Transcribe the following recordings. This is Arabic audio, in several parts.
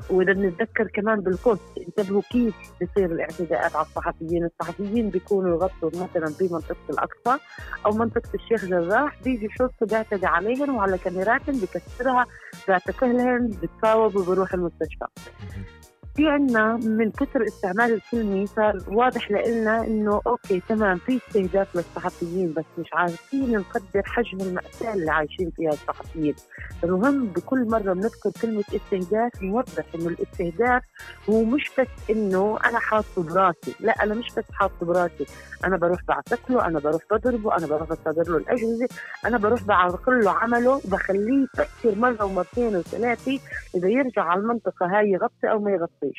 وإذا نتذكر كمان بالقدس انتبهوا كيف بيصير الاعتداءات على الصحفيين بيكونوا يغطوا مثلا بمنطقة الأقصى أو منطقة الشيخ جراح، بيجي شرطة بيعتدي عليهم وعلى كاميراتهم بكسرها، بيعتقلهم، بتصاوب وبروح المستشفى. في عنا من كثر استعمال الكلمة صار واضح لنا إنه أوكي تمام في استهداف للصحفيين، بس مش عارفين نقدر حجم المأساة اللي عايشين فيها الصحفيين. المهم بكل مرة بنذكر كلمة استهداف نوضح إنه الاستهداف هو مش بس إنه أنا حاطه براسي، لا أنا مش بس حاطه براسي، أنا بروح بعتقله، أنا بروح بضربه، أنا بروح بصدر له الأجهزة، أنا بروح بعرقل له عمله، بخليه يفكر مرة ومرتين وثلاثة إذا يرجع على المنطقة هاي يغطي أو ما يغطيش.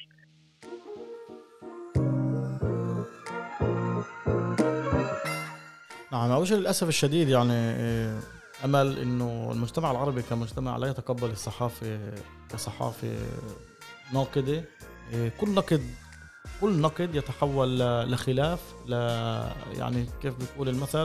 نعم، أوش للأسف الشديد يعني أمل إنه المجتمع العربي كمجتمع لا يتقبل الصحافة كصحافة ناقدة. كل نقد يتحول لخلاف، يعني كيف بيقول المثل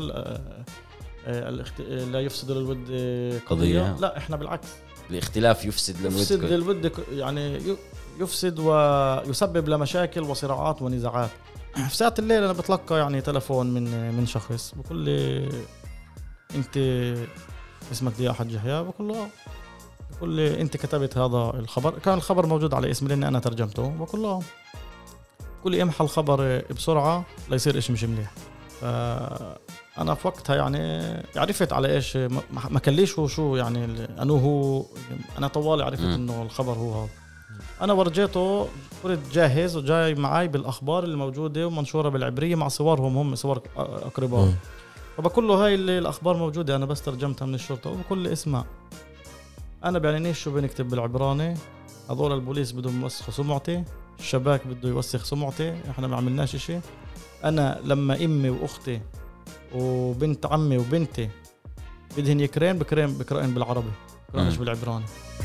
لا يفسد للود قضية. لا إحنا بالعكس، الاختلاف يفسد للود يعني يفسد ويسبب لمشاكل وصراعات ونزاعات. في ساعة الليل أنا بتلقى يعني تلفون من شخص بقول لي أنت اسمك ضياء حج يحيى، بقول لي أنت كتبت هذا الخبر، كان الخبر موجود على اسمي لأني أنا ترجمته، بقول له كل امحى الخبر بسرعة لا يصير إيش مش مليح. أنا في وقتها يعني عرفت على إيش، ما كليش هو شو يعني أنا طوالي عرفت إنه الخبر هو هذا. أنا ورجيته كنت جاهز وجاي معاي بالأخبار اللي موجودة ومنشورة بالعبرية مع صورهم، هم صور أقرباء. فبقول له هاي اللي الأخبار موجودة أنا بس ترجمتها من الشرطة. وبقول لي اسمع، أنا بعنيش شو بنكتب بالعبراني، هذول البوليس بدهم يوسخوا سمعتي، الشباك بده يوسخ سمعتي، إحنا ما عملناش إشي. أنا لما أمي وأختي وبنت عمي وبنتي بدهن يكرين بكرين بالعربي، بكرينش بالعبراني.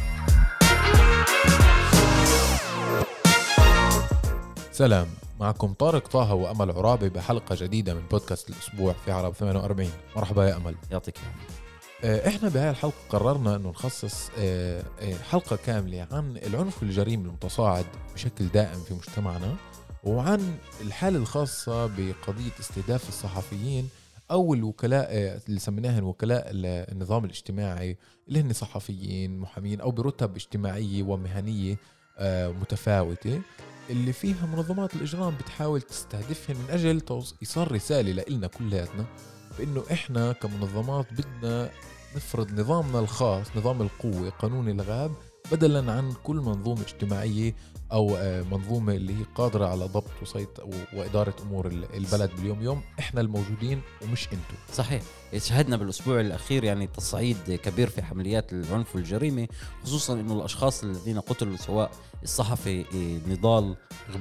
سلام، معكم طارق طه وأمل عرابي بحلقة جديدة من بودكاست الأسبوع في عرب 48. مرحبا يا أمل. يعطيك. إحنا بهاي الحلقة قررنا أنه نخصص حلقة كاملة عن العنف والجريمة المتصاعد بشكل دائم في مجتمعنا، وعن الحالة الخاصة بقضية استهداف الصحفيين أو الوكلاء اللي سميناهم وكلاء النظام الاجتماعي، اللي هن صحفيين محامين أو برتب اجتماعية ومهنية متفاوتة، اللي فيها منظمات الإجرام بتحاول تستهدفهم من أجل إيصال رسالة لإلنا كلياتنا بأنه إحنا كمنظمات بدنا نفرض نظامنا الخاص، نظام القوة، قانون الغاب، بدلاً عن كل منظومة اجتماعية أو منظومة اللي هي قادرة على ضبط وإدارة أمور البلد باليوم يوم. إحنا الموجودين ومش أنتم. صحيح. شهدنا بالأسبوع الأخير يعني تصعيد كبير في حمليات العنف والجريمة، خصوصاً إنه الأشخاص الذين قتلوا سواء الصحفي نضال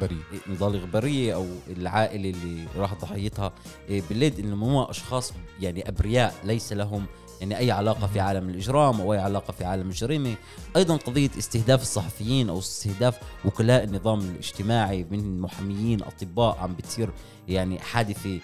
غبرية أو العائلة اللي راح ضحيتها بالليل، إنهم هم أشخاص يعني أبرياء ليس لهم يعني أي علاقة في عالم الإجرام أو أي علاقة في عالم الجريمة. أيضا قضية استهداف الصحفيين أو استهداف وكلاء النظام الاجتماعي من محاميين أطباء عم بتصير يعني حادثة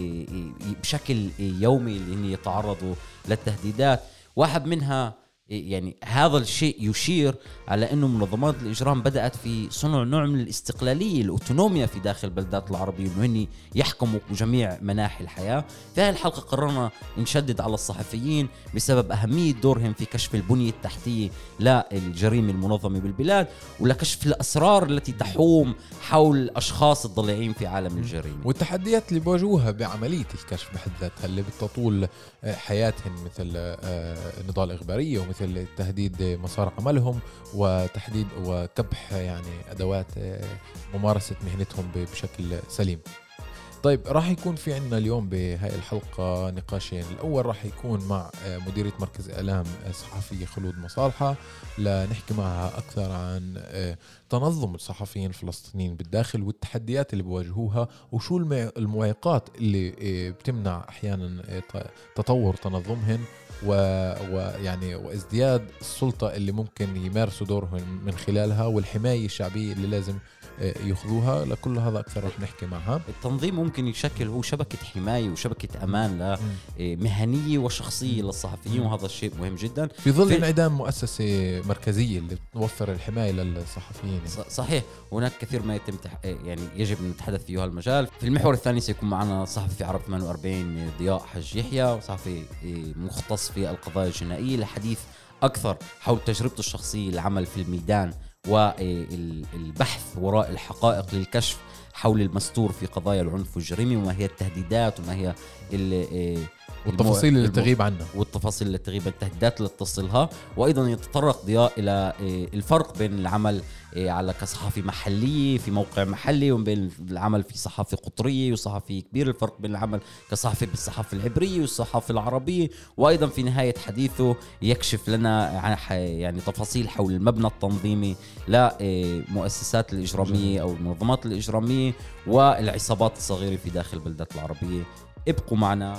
بشكل يومي اللي يتعرضوا للتهديدات. واحد منها يعني هذا الشيء يشير على أنه منظمات الإجرام بدأت في صنع نوع من الاستقلالية، الأوتونوميا في داخل البلدات العربية، أنه هن يحكموا جميع مناحي الحياة. في هذه الحلقة قررنا نشدد على الصحفيين بسبب أهمية دورهم في كشف البنية التحتية للجريمة المنظمة بالبلاد ولكشف الأسرار التي تحوم حول أشخاص الضليعين في عالم الجريمة والتحديات اللي بواجهوها بعملية الكشف بحد ذاتها، اللي بتطول حياتهم، مثل نضال إخبارية ومثل تهديد مسار عملهم وتحديد وكبح يعني أدوات ممارسة مهنتهم بشكل سليم. طيب، راح يكون في عنا اليوم بهاي الحلقة نقاشين. الأول راح يكون مع مديرة مركز إعلام صحفية خلود مصالحة، لنحكي معها أكثر عن تنظم الصحفيين الفلسطينيين بالداخل والتحديات اللي بواجهوها، وشو المعيقات اللي بتمنع أحيانا تطور تنظمهم ويعني وازدياد السلطة اللي ممكن يمارسوا دورهم من خلالها، والحماية الشعبية اللي لازم يأخذوها. لكل هذا أكثر رح نحكي معها. التنظيم ممكن يشكل هو شبكة حماية وشبكة أمان مهنية وشخصية للصحفيين، وهذا الشيء مهم جدا في ظل انعدام مؤسسة مركزية اللي توفر الحماية للصحفيين. صحيح، هناك كثير ما يتم يعني يجب أن نتحدث فيه المجال. في المحور الثاني سيكون معنا صحفي في عرب 48 ضياء حج يحيى، صحفي مختص في القضايا الجنائية، لحديث أكثر حول تجربته الشخصية العمل في الميدان والبحث وراء الحقائق للكشف حول المستور في قضايا العنف والجريمة، وما هي التهديدات وما هي والتفاصيل اللي تغيب عنها، والتفاصيل اللي تغيب، التهديدات اللي تصلها. وأيضا يتطرق ضياء إلى الفرق بين العمل على كصحافي محلية في موقع محلي وبين العمل في صحافة قطرية وصحافة كبير، الفرق بين العمل كصحافي بالصحافة العبرية والصحافة العربية. وأيضا في نهاية حديثه يكشف لنا يعني تفاصيل حول المبنى التنظيمي لمؤسسات الإجرامية أو المنظمات الإجرامية والعصابات الصغيرة في داخل البلدات العربية. ابقوا معنا.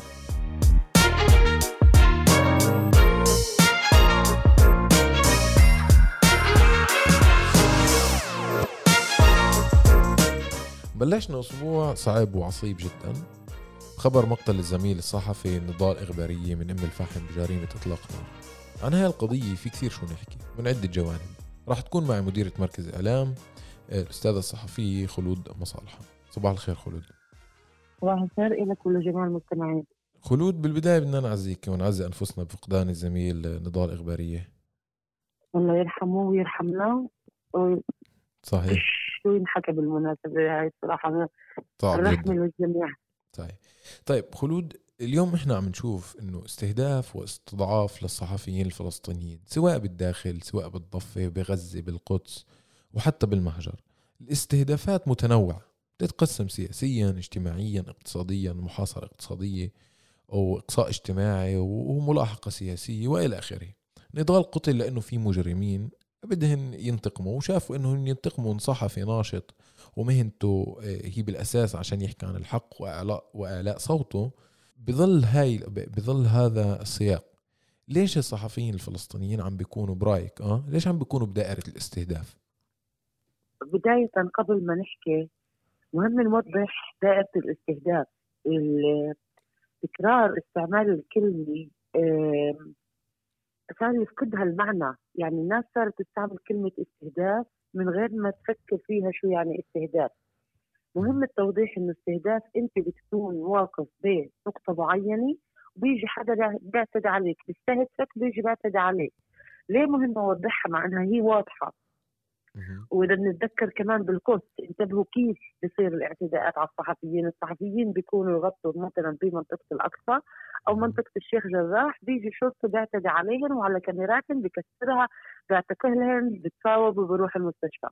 بلشنا أسبوع صعب وعصيب جدا، خبر مقتل الزميل الصحفي نضال إغبارية من الفحم بجريمة إطلاق نار. عن هاي القضية في كثير شو نحكي من عدة جوانب. راح تكون معي مديرة مركز إعلام الأستاذة الصحفية خلود مصالحة. صباح الخير خلود. صباح الخير إلك ولجميع المستمعين. خلود، بالبداية بدنا نعزيك ونعزي أنفسنا بفقدان الزميل نضال إغبارية. الله يرحمه ويرحمنا. صحيح، شو ينحكى بالمناسبة هاي الصراحة الرحمة للجميع. طيب خلود، اليوم احنا عم نشوف انه استهداف واستضعاف للصحفيين الفلسطينيين سواء بالداخل سواء بالضفة بغزة بالقدس وحتى بالمهجر. الاستهدافات متنوعة، تتقسم سياسيا اجتماعيا اقتصاديا، محاصرة اقتصادية او اقصاء اجتماعي وملاحقة سياسية والى اخره. نضال قتل لانه في مجرمين بدهن ينتقموا وشافوا انهم ينتقموا من صحفي ناشط ومهنته هي بالاساس عشان يحكي عن الحق واعلاء صوته. بظل هذا السياق، ليش الصحفيين الفلسطينيين عم بيكونوا برايك ليش عم بيكونوا بدائرة الاستهداف؟ بداية قبل ما نحكي مهم نوضح دائرة الاستهداف. تكرار استعمال الكلمة صار يفقدها المعنى، يعني الناس صارت تستعمل كلمة استهداف من غير ما تفكر فيها شو يعني استهداف. مهم التوضيح انه استهداف انت بتكون واقف بنقطة معينة وبيجي حدا بيعتدي عليك، بيستهدفك بيجي بيعتدي عليك. ليه مهم اوضحها مع انها هي واضحة؟ وإذا بنتذكر كمان بالقدس انتبهوا كيف بصير الاعتداءات على الصحفيين بيكونوا يغطوا مثلا بمنطقة الأقصى أو منطقة الشيخ جراح، بيجي شرطة بيعتدي عليهم وعلى كاميراتهم بكسرها بيعتقلهم بتصاوب وبروح المستشفى.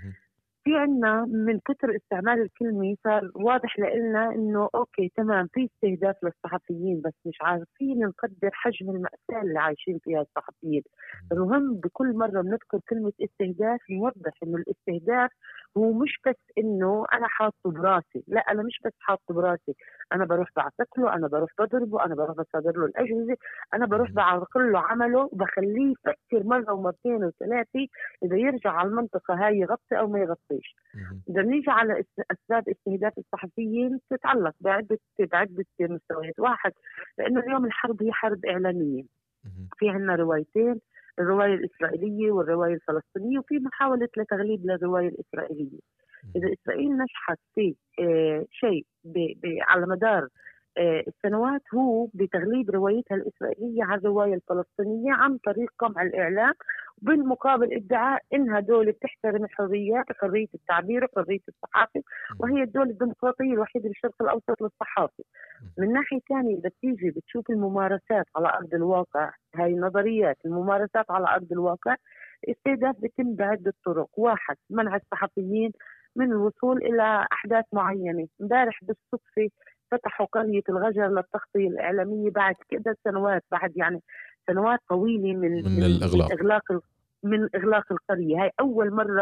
في عنا من كتر استعمال الكلمة صار واضح لنا إنه أوكي تمام في استهداف للصحفيين، بس مش عارفين نقدر حجم المأساة اللي عايشين فيها الصحفيين. المهم بكل مرة بنذكر كلمة استهداف نوضح إنه الاستهداف هو مش بس إنه أنا حاطه براسي، لا أنا مش بس حاطه براسي، أنا بروح بعتقله، أنا بروح بضربه، أنا بروح بصادر له الأجهزة، أنا بروح بعرقل له عمله وبخليه يفكر مرة ومرتين وثلاثة إذا يرجع على المنطقة هاي يغطي أو ما يغطي. إذا نيجي على أسباب استهداف الصحفيين تتعلق بعدة مستويات. واحد، لأنه اليوم الحرب هي حرب إعلامية، في عنا روايتين، الرواية الإسرائيلية والرواية الفلسطينية، وفي محاولة لتغليب للرواية الإسرائيلية. إذا إسرائيل نجحت في شيء على مدار السنوات هو بتغليب روايتها الإسرائيلية على الرواية الفلسطينية عن طريق قمع الإعلام، بالمقابل ادعاء إنها دولة بتحترم الحريات وحرية التعبير وحرية الصحافة، وهي الدولة الديمقراطية الوحيدة بالشرق الأوسط للصحافة. من ناحية ثانية إذا بتيجي بتشوف الممارسات على أرض الواقع، هاي النظريات الممارسات على أرض الواقع، استهداف بتم بعدة طرق. واحد، منع الصحفيين من الوصول إلى أحداث معينة. امبارح بالصدفة فتحوا قرية الغجر للتغطية الإعلامية بعد كده سنوات، بعد يعني سنوات طويلة من الإغلاق من إغلاق القرية. هاي أول مرة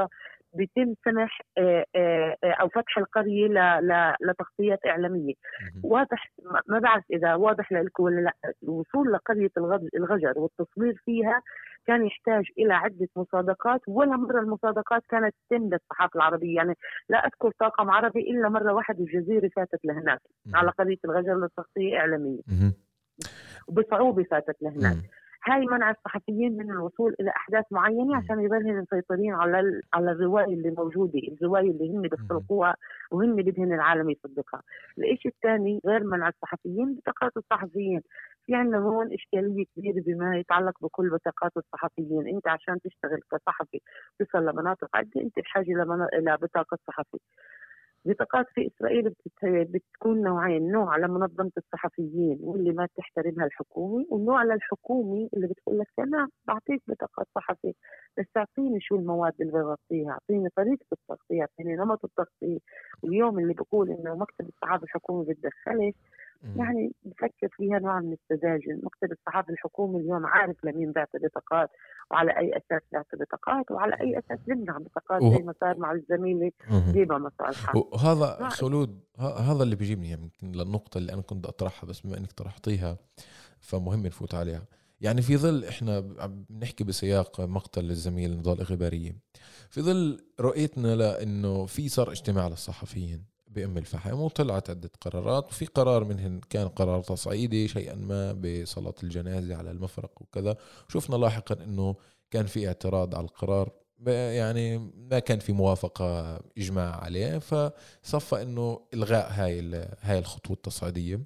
بيتم سمح او فتح القريه لتغطيات اعلاميه. واضح، ما بعرف اذا واضح لكم ولا لا، الوصول لقريه الغجر والتصوير فيها كان يحتاج الى عده مصادقات، ولا مره المصادقات كانت تتم للصحافه العربيه. يعني لا اذكر طاقم عربي الا مره واحده الجزيره فاتت لهناك على قريه الغجر للتغطيه اعلاميه، وبصعوبه فاتت لهناك. هاي منع الصحفيين من الوصول الى احداث معينه عشان يظلوا مسيطرين على الروايه اللي موجوده، الروايه اللي هم بيخلقوها وهم بدهن العالم يصدقها. الشيء الثاني غير منع الصحفيين، بطاقات الصحفيين. في عندنا هون اشكاليه كبيره بما يتعلق بكل بطاقات الصحفيين. انت عشان تشتغل كصحفي تصل لمناطق عده انت بحاجه الى بطاقه صحفي. بطاقات في إسرائيل بتكون نوعين، نوع لمنظمة الصحفيين واللي ما تحترمها الحكومة، والنوع للحكومة اللي بتقول لك أنا بعطيك بطاقة صحفي بس أعطيني شو المواد اللي بغطيها، أعطيني طريقة التغطية، أعطيني نمط التغطية. واليوم اللي بقول إنه مكتب الصحافة الحكومي بتدخلش، يعني بفكر فيها نوع من السذاجة. مكتب الصحافة الحكومي اليوم عارف لمين بيعطي بطاقات وعلى أي أساس بيعطي بطاقات وعلى أي أساس بيمنع بطاقات، زي ما صار مع الزميلة ديبا مصالحة. وهذا خلود، هذا اللي بيجيبني يمكن للنقطة اللي أنا كنت أطرحها، بس بما أنك طرحتيها فمهم نفوت عليها. يعني في ظل إحنا بنحكي بسياق مقتل الزميل نضال إغبارية، في ظل رؤيتنا لأنه في صار اجتماع للصحفيين بأم الفحم وطلعت عدة قرارات، وفي قرار منهن كان قرار تصعيدي شيئا ما بصلاة الجنازة على المفرق وكذا. شفنا لاحقا أنه كان في اعتراض على القرار، يعني ما كان في موافقة إجماع عليه، فصفى إنه إلغاء هاي الخطوة التصعيدية.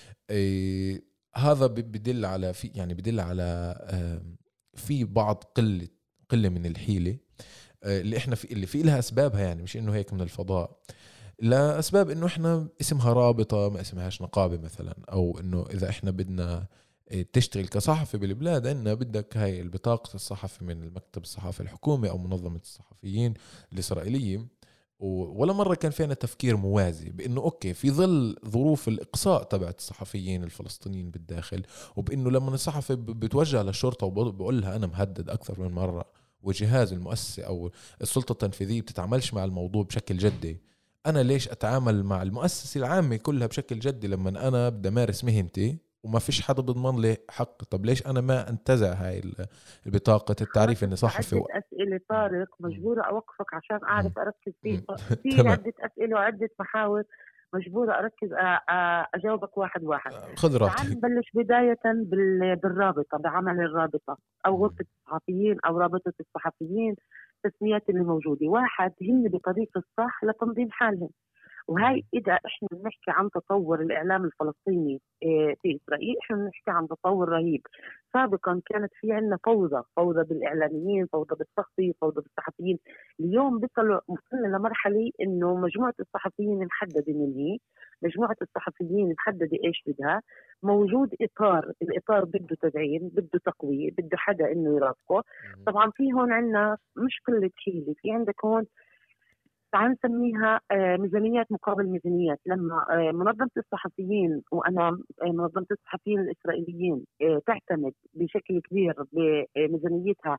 هذا بدل على بدل على في بعض قلة من الحيلة اللي إحنا اللي في لها أسبابها، يعني مش إنه هيك من الفضاء، لا أسباب إنه إحنا اسمها رابطة ما اسمهاش نقابة مثلا، أو إنه إذا إحنا بدنا تشتغل كصحفي بالبلاد إنه بدك هاي البطاقة الصحفي من المكتب الصحافي الحكومي أو منظمة الصحفيين الإسرائيلية. ولا مرة كان فينا تفكير موازي بأنه أوكي في ظل ظروف الإقصاء تبعت الصحفيين الفلسطينيين بالداخل، وبأنه لما الصحفي بتوجه للشرطة وبقول لها أنا مهدد أكثر من مرة، وجهاز المؤسسة أو السلطة التنفيذية بتتعاملش مع الموضوع بشكل جدي، أنا ليش أتعامل مع المؤسسة العامة كلها بشكل جدي لما أنا بدي أمارس مهنتي وما فيش حدا بضمن لي حق؟ طب ليش أنا ما أنتزع هاي البطاقة التعريف إني صحفي؟ عدة أسئلة طارق، مجبورة أوقفك عشان أعرف أركز فيه. في عدة أسئلة وعدة محاور مجبورة أركز أجاوبك واحد واحد. خذ راحتك. تعال نبلش بداية بالرابطة، بعمل الرابطة أو غرفة الصحفيين أو رابطة الصحفيين، تسميات اللي موجودة. واحد، هن بطريق الصح لتنظيم حالهم. وهي إذا إحنا بنحكي عن تطور الإعلام الفلسطيني في إسرائيل، إحنا بنحكي عن تطور رهيب. سابقا كانت في عندنا فوضى بالإعلاميين، فوضى بالتغطية، فوضى بالصحفيين. اليوم وصلنا لمرحلة إنه مجموعة الصحفيين محددة من هي، مجموعة الصحفيين محددة إيش بدها، موجود إطار، الإطار بده تدعيم، بده تقوية، بده حدا إنه يرافقه. طبعا في هون عندنا مش قلة حيلة، في عندك هون تعال نسميها ميزانيات مقابل ميزانيات. لما منظمة الصحفيين، وأنا منظمة الصحفيين الإسرائيليين تعتمد بشكل كبير بميزانيتها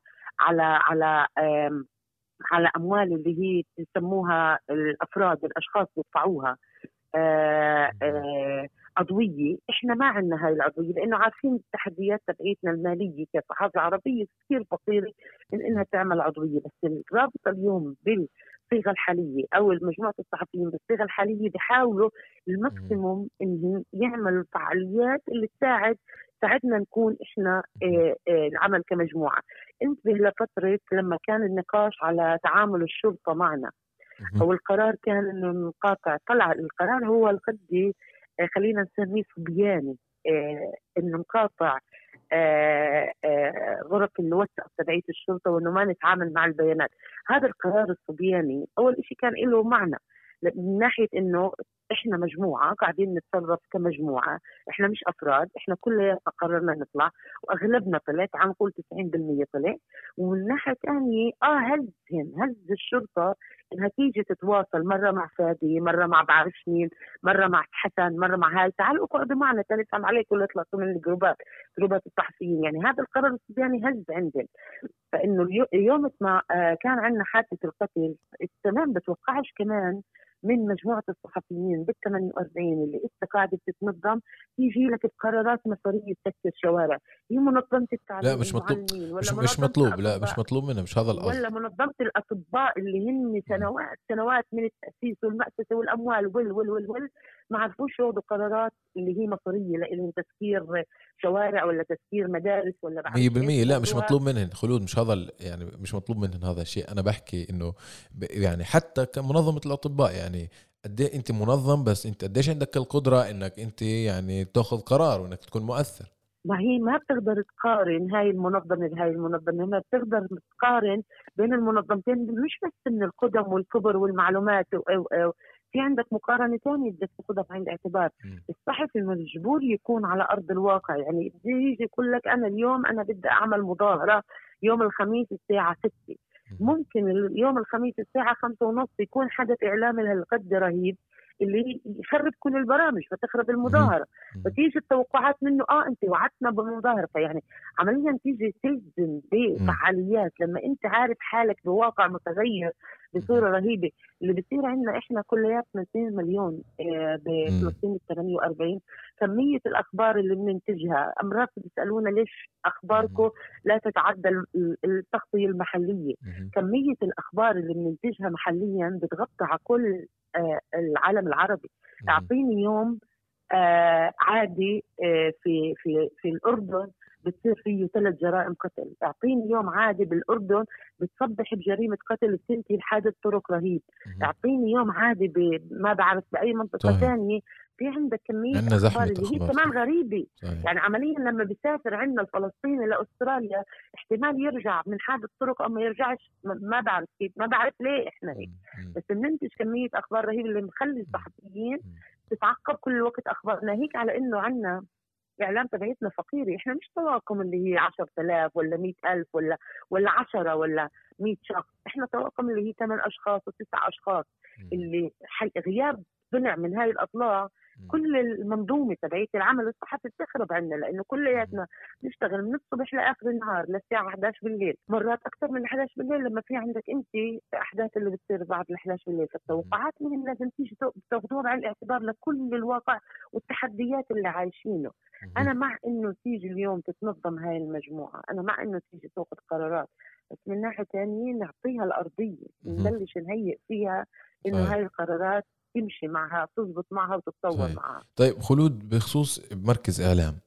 على أموال اللي هي يسموها الأفراد، الأشخاص يدفعوها عضوية. إحنا ما عندنا هاي العضوية، لأنه عارفين التحديات تبعيتنا المالية كصحافة عربية كثير فقيرة من إنها تعمل عضوية. بس الرابطة اليوم بالصيغة الحالية أو مجموعة الصحفيين بالصيغة الحالية بيحاولوا الماكسيموم إنهم يعملوا فعاليات اللي تساعدنا نكون إحنا العمل كمجموعة. انتبه لفترة لما كان النقاش على تعامل الشرطة معنا، أو القرار كان إنه نقاطع، طلع القرار هو القدي خلينا نسميه صبياني، إنه نقاطع غرف الوثائق تبعية الشرطة وإنه ما نتعامل مع البيانات. هذا القرار الصبياني أول إشي كان له معنى من ناحية إنه إحنا مجموعة قاعدين نتصرف كمجموعة، إحنا مش أفراد، إحنا كلنا قررنا نطلع وأغلبنا طلع، عم نقول 90% طلع. ومن ناحية ثانية هز الشرطة إنها تيجي تتواصل مرة مع فادي، مرة مع بعرف مين، مرة مع حسن، مرة مع هاي، تعالوا اقعدوا معنا تنفهم عليكم ولا تطلعوا من جروبات الصحفيين. يعني هذا القرار الصبياني هز عندهم. فإنه اليوم ما كان عندنا حادثة القتل تمام، بتوقعش كمان من مجموعة الصحفيين بال48 اللي إنت قاعدة بتتنظم تيجي لك بقرارات مصيرية تكسر شوارع. هي منظمة التعليم لا مش مطلوب، المعلمين ولا مش منظمة مطلوب، لا الأطباء مش مطلوب منها، مش هذا القصد. ولا منظمة الأطباء اللي هن سنوات من التأسيس والمؤسسة والأموال وال ما عرفوش ياخذوا قرارات اللي هي مصيرية لهم تسكير شوارع ولا تسكير مدارس ولا 100%. لا مش مطلوب منهن خلود، مش هذا يعني مش مطلوب منهن هذا الشيء. أنا بحكي إنه يعني حتى كمنظمة الأطباء يعني قد ايه انت منظم، بس انت قديش عندك القدرة انك انت يعني تاخذ قرار وانك تكون مؤثر. ما هي ما بتقدر تقارن هاي المنظمة بهاي المنظمة، ما بتقدر تقارن بين المنظمتين، مش بس من القدم والكبر والمعلومات في عندك مقارنة ثانية بدك تاخذها بعين الاعتبار. الصحفي مجبور يكون على أرض الواقع، يعني يجي يقول لك أنا اليوم أنا بدي أعمل مظاهرة يوم الخميس الساعة 6، ممكن اليوم الخميس الساعة 5:30 يكون حدث إعلامي لهالقد رهيب اللي يخرب كل البرامج فتخرب المظاهرة، فتيجي التوقعات منه انت وعدتنا بالمظاهرة. فيعني عمليا تيجي تلزم بفعاليات لما انت عارف حالك بواقع متغير بصورة رهيبة. اللي بيصير عندنا احنا كلياتنا 2 مليون بفلسطين 48، كمية الاخبار اللي بننتجها امرات بيسألونا ليش اخباركم لا تتعدى التغطية المحلية. كمية الاخبار اللي بننتجها محليا بتغطي على كل العالم العربي. اعطيني يوم عادي في الأردن بتصير فيه 3 جرائم قتل، اعطيني يوم عادي بالأردن بتصبح بجريمة قتل بتنتهي بحادث طرق رهيب، اعطيني يوم عادي ما بعرف بأي منطقة ثانية في عندك كمية أخبار اللي هي كمان غريبة. يعني عمليا لما بيسافر عندنا الفلسطيني لأستراليا احتمال يرجع من حادث طرق أو ما يرجعش، ما بعرف كيف، ما بعرف ليه احنا هيك، بس بننتج كمية أخبار رهيبة اللي مخلي الصحفيين تتعقب كل الوقت أخبارنا. هيك على إنه عنا إعلام تبعيتنا فقيرة، إحنا مش طواقم اللي هي 10,000 ولا 100,000 ولا 10 ولا 100 شخص، إحنا طواقم اللي هي 8 أشخاص و9 أشخاص اللي غياب ضلع من هاي الأطلاع كل المنظومة تبعية العمل الصحفي بتخرب عنا، لأنه كلياتنا نشتغل من الصبح لآخر النهار للساعة 11 بالليل، مرات أكثر من 11 بالليل لما في عندك أنت أحداث اللي بتصير بعد 11 بالليل. فالتوقعات من لازم تيجي تاخذوها بعين الاعتبار لكل الواقع والتحديات اللي عايشينه. أنا مع إنه تيجي اليوم تتنظم هاي المجموعة، أنا مع إنه تيجي تاخذ قرارات، بس من ناحية ثانية نعطيها الأرضية، نبلش نهيئ فيها إنه هاي القرارات تمشي معها، تضبط معها وتتطور معها. طيب خلود، بخصوص مركز إعلام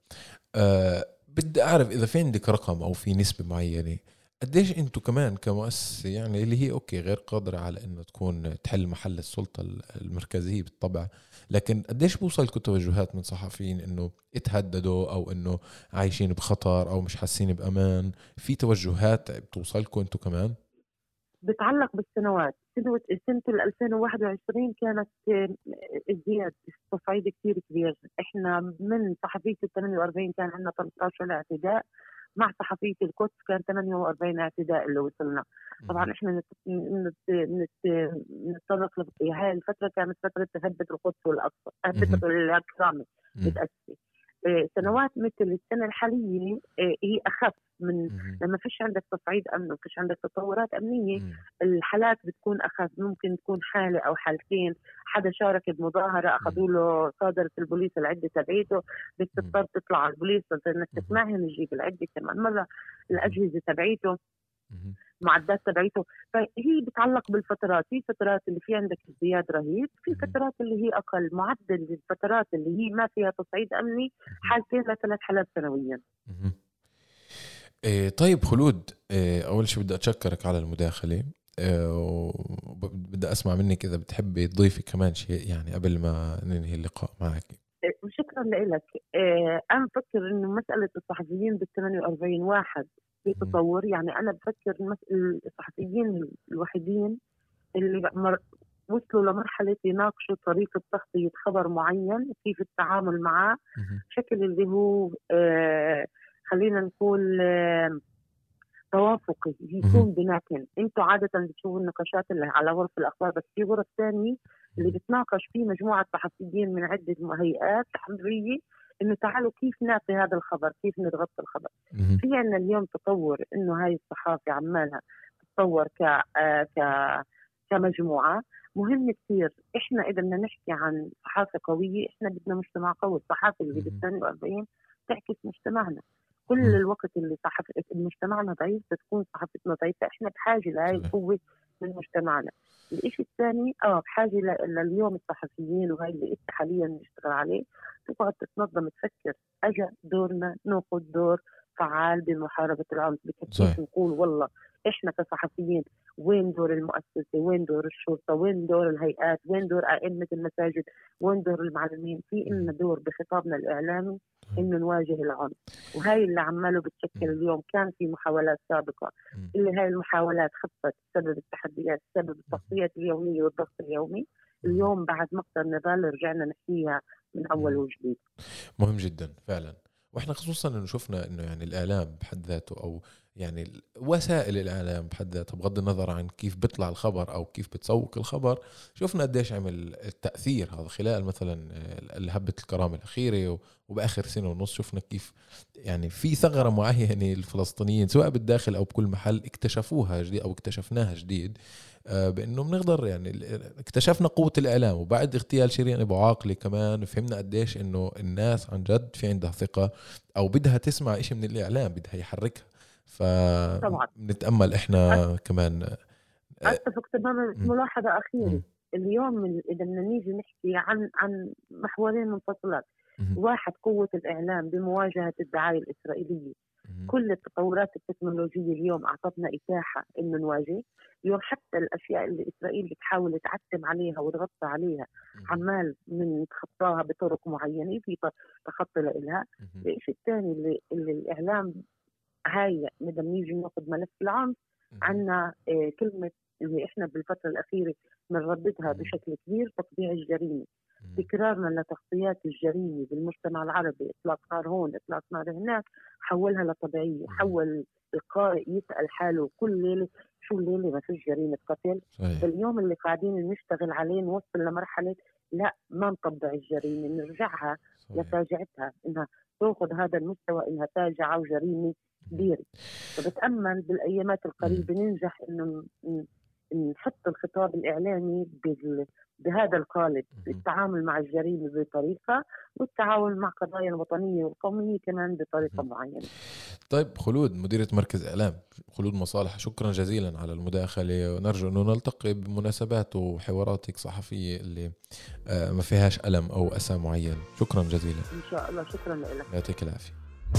بدي أعرف إذا في عندك رقم أو في نسبة معينة قديش أنتوا كمان كمؤسسة يعني اللي هي أوكي غير قادرة على إنه تكون تحل محل السلطة المركزية بالطبع، لكن قديش بوصلكوا توجهات من صحفيين إنه اتهددوا أو إنه عايشين بخطر أو مش حاسين بأمان؟ في توجهات بتوصلكوا أنتوا كمان؟ بتعلق بالسنوات. سنة 2021 كانت ازدياد تصعيد كثير كبير. احنا من صحفية 48 كان عندنا 13 اعتداء، مع صحفية القدس كان 48 اعتداء اللي وصلنا. طبعا احنا نتطرق هاي الفترة كانت فترة تهبة القدس والأقصى، تهبة الكرامة متأسفة. سنوات مثل السنة الحالية هي أخف من لما فيش عندك تصعيد أمن وفيش عندك تطورات أمنية، الحالات بتكون أخف. ممكن تكون حالة أو حالتين، حدا شارك بمظاهرة أخذوا له صادرة البوليس العدة تبعيته، بتضطر تطلع على البوليس بدك تسمعهم يجيب العدة كمان مرة، الأجهزة تبعيته، معدات تبعيته. فهي بتعلق بالفترات، في فترات اللي في عندك ازدياد رهيب، في فترات اللي هي أقل. معدل الفترات اللي هي ما فيها تصعيد أمني 2 ل3 حالات سنويا. طيب خلود، أول شيء بدي أتشكرك على المداخلة، وبدي أسمع منك إذا بتحبي تضيفي كمان شيء يعني قبل ما ننهي اللقاء معك. شكرا لك. أنا بفكر إنه مسألة الصحفيين بال48 واحد في تطور. يعني أنا بفكر الصحفيين الوحيدين اللي وصلوا لمرحلة يناقشوا طريقة تغطية خبر معين كيف التعامل معه بشكل اللي هو خلينا نقول توافقي، يكون بيناتهم. انتوا عادة بتشوفوا النقاشات اللي على غرف الأخبار، بس في غرف ثانية اللي بتناقش فيه مجموعة صحفيين من عدة هيئات تحريرية إنه تعالوا كيف نعطي هذا الخبر، كيف نضغط الخبر. في عنا اليوم تطور إنه هاي الصحافة عمالها تتطور كمجموعة. مهم كثير إحنا إذا بدنا نحكي عن صحافة قوية، إحنا بدنا مجتمع قوي. الصحافة اللي بال42 تعكس مجتمعنا. كل الوقت اللي مجتمعنا ضعيف بتكون صحافتنا ضعيفة. إحنا بحاجة لهاي القوة من مجتمعنا. الإشي الثاني بحاجة لليوم الصحفيين، وهي اللي إنت حاليا نشتغل عليه، تقعد تتنظم تفكر أجا دورنا نأخذ دور فعال بمحاربة العنف. بكيف نقول والله إحنا كصحفيين وين دور المؤسسة، وين دور الشرطة، وين دور الهيئات، وين دور أئمة المساجد، وين دور المعلمين. في إلنا دور بخطابنا الإعلامي إنه نواجه العنف. وهاي اللي عماله بتشكل اليوم. كان في محاولات سابقة اللي هاي المحاولات خفت بسبب التحديات، بسبب التغطيات اليومية والضغط اليومي. اليوم بعد مقطع النضال رجعنا نحكيها من أول وجديد. مهم جدا فعلا. واحنا خصوصا انه شفنا انه يعني الاعلام بحد ذاته، او يعني وسائل الاعلام بحد ذاتها، بغض النظر عن كيف بيطلع الخبر او كيف بتسوق الخبر، شفنا قديش عمل التاثير هذا خلال مثلا هبه الكرامه الاخيره وباخر سنه ونص. شفنا كيف يعني في ثغره معينه الفلسطينيين سواء بالداخل او بكل محل اكتشفوها جديد او اكتشفناها جديد، بانه بنقدر يعني اكتشفنا قوه الاعلام. وبعد اغتيال شيرين ابو عاقله كمان فهمنا قديش انه الناس عن جد في عندها ثقه او بدها تسمع إشي من الاعلام، بدها يحركها. فنتامل احنا كمان. اتفق تماما. ملاحظه اخيره اليوم اذا بدنا نيجي نحكي عن محورين منفصلات. واحد قوه الاعلام بمواجهه الدعايه الاسرائيليه. كل التطورات التكنولوجية اليوم أعطتنا إتاحة إنه نواجه. اليوم حتى الأشياء اللي إسرائيل بتحاول تعتم عليها وتغطى عليها عمال من تخطاها بطرق معينة في تخطي لها. الشيء الثاني اللي الإعلام هاي إذا بنيجي ناخذ ملف العنف، عنا كلمة اللي إحنا بالفترة الأخيرة بنرددها بشكل كبير، تطبيع الجريمة. تكرارنا لتغطيات الجريمة بالمجتمع العربي، إطلاق نار هون إطلاق نار هناك، حولها لطبيعية. حول القارئ يسأل حاله كل ليلة شو الليلة ما فيش جريمة قتل. باليوم اللي قاعدين نشتغل عليه نوصل لمرحلة لا ما نطبع الجريمة، نرجعها لتاجعتها، إنها تأخذ هذا المستوى إنها تاجعة وجريمة كبيرة. فبتأمل بالأيامات القريبة ننجح إنه نحط الخطاب الإعلامي بهذا القالب، التعامل مع الجريمة بطريقة، والتعامل مع قضايا الوطنية والقومية كمان بطريقة معينة. طيب خلود، مديرة مركز إعلام خلود مصالح، شكرا جزيلا على المداخلة، ونرجو أنه نلتقي بمناسبات وحواراتك صحفية اللي ما فيهاش ألم أو أسى معين. شكرا جزيلا. إن شاء الله. شكرا لك. يعطيك العافية.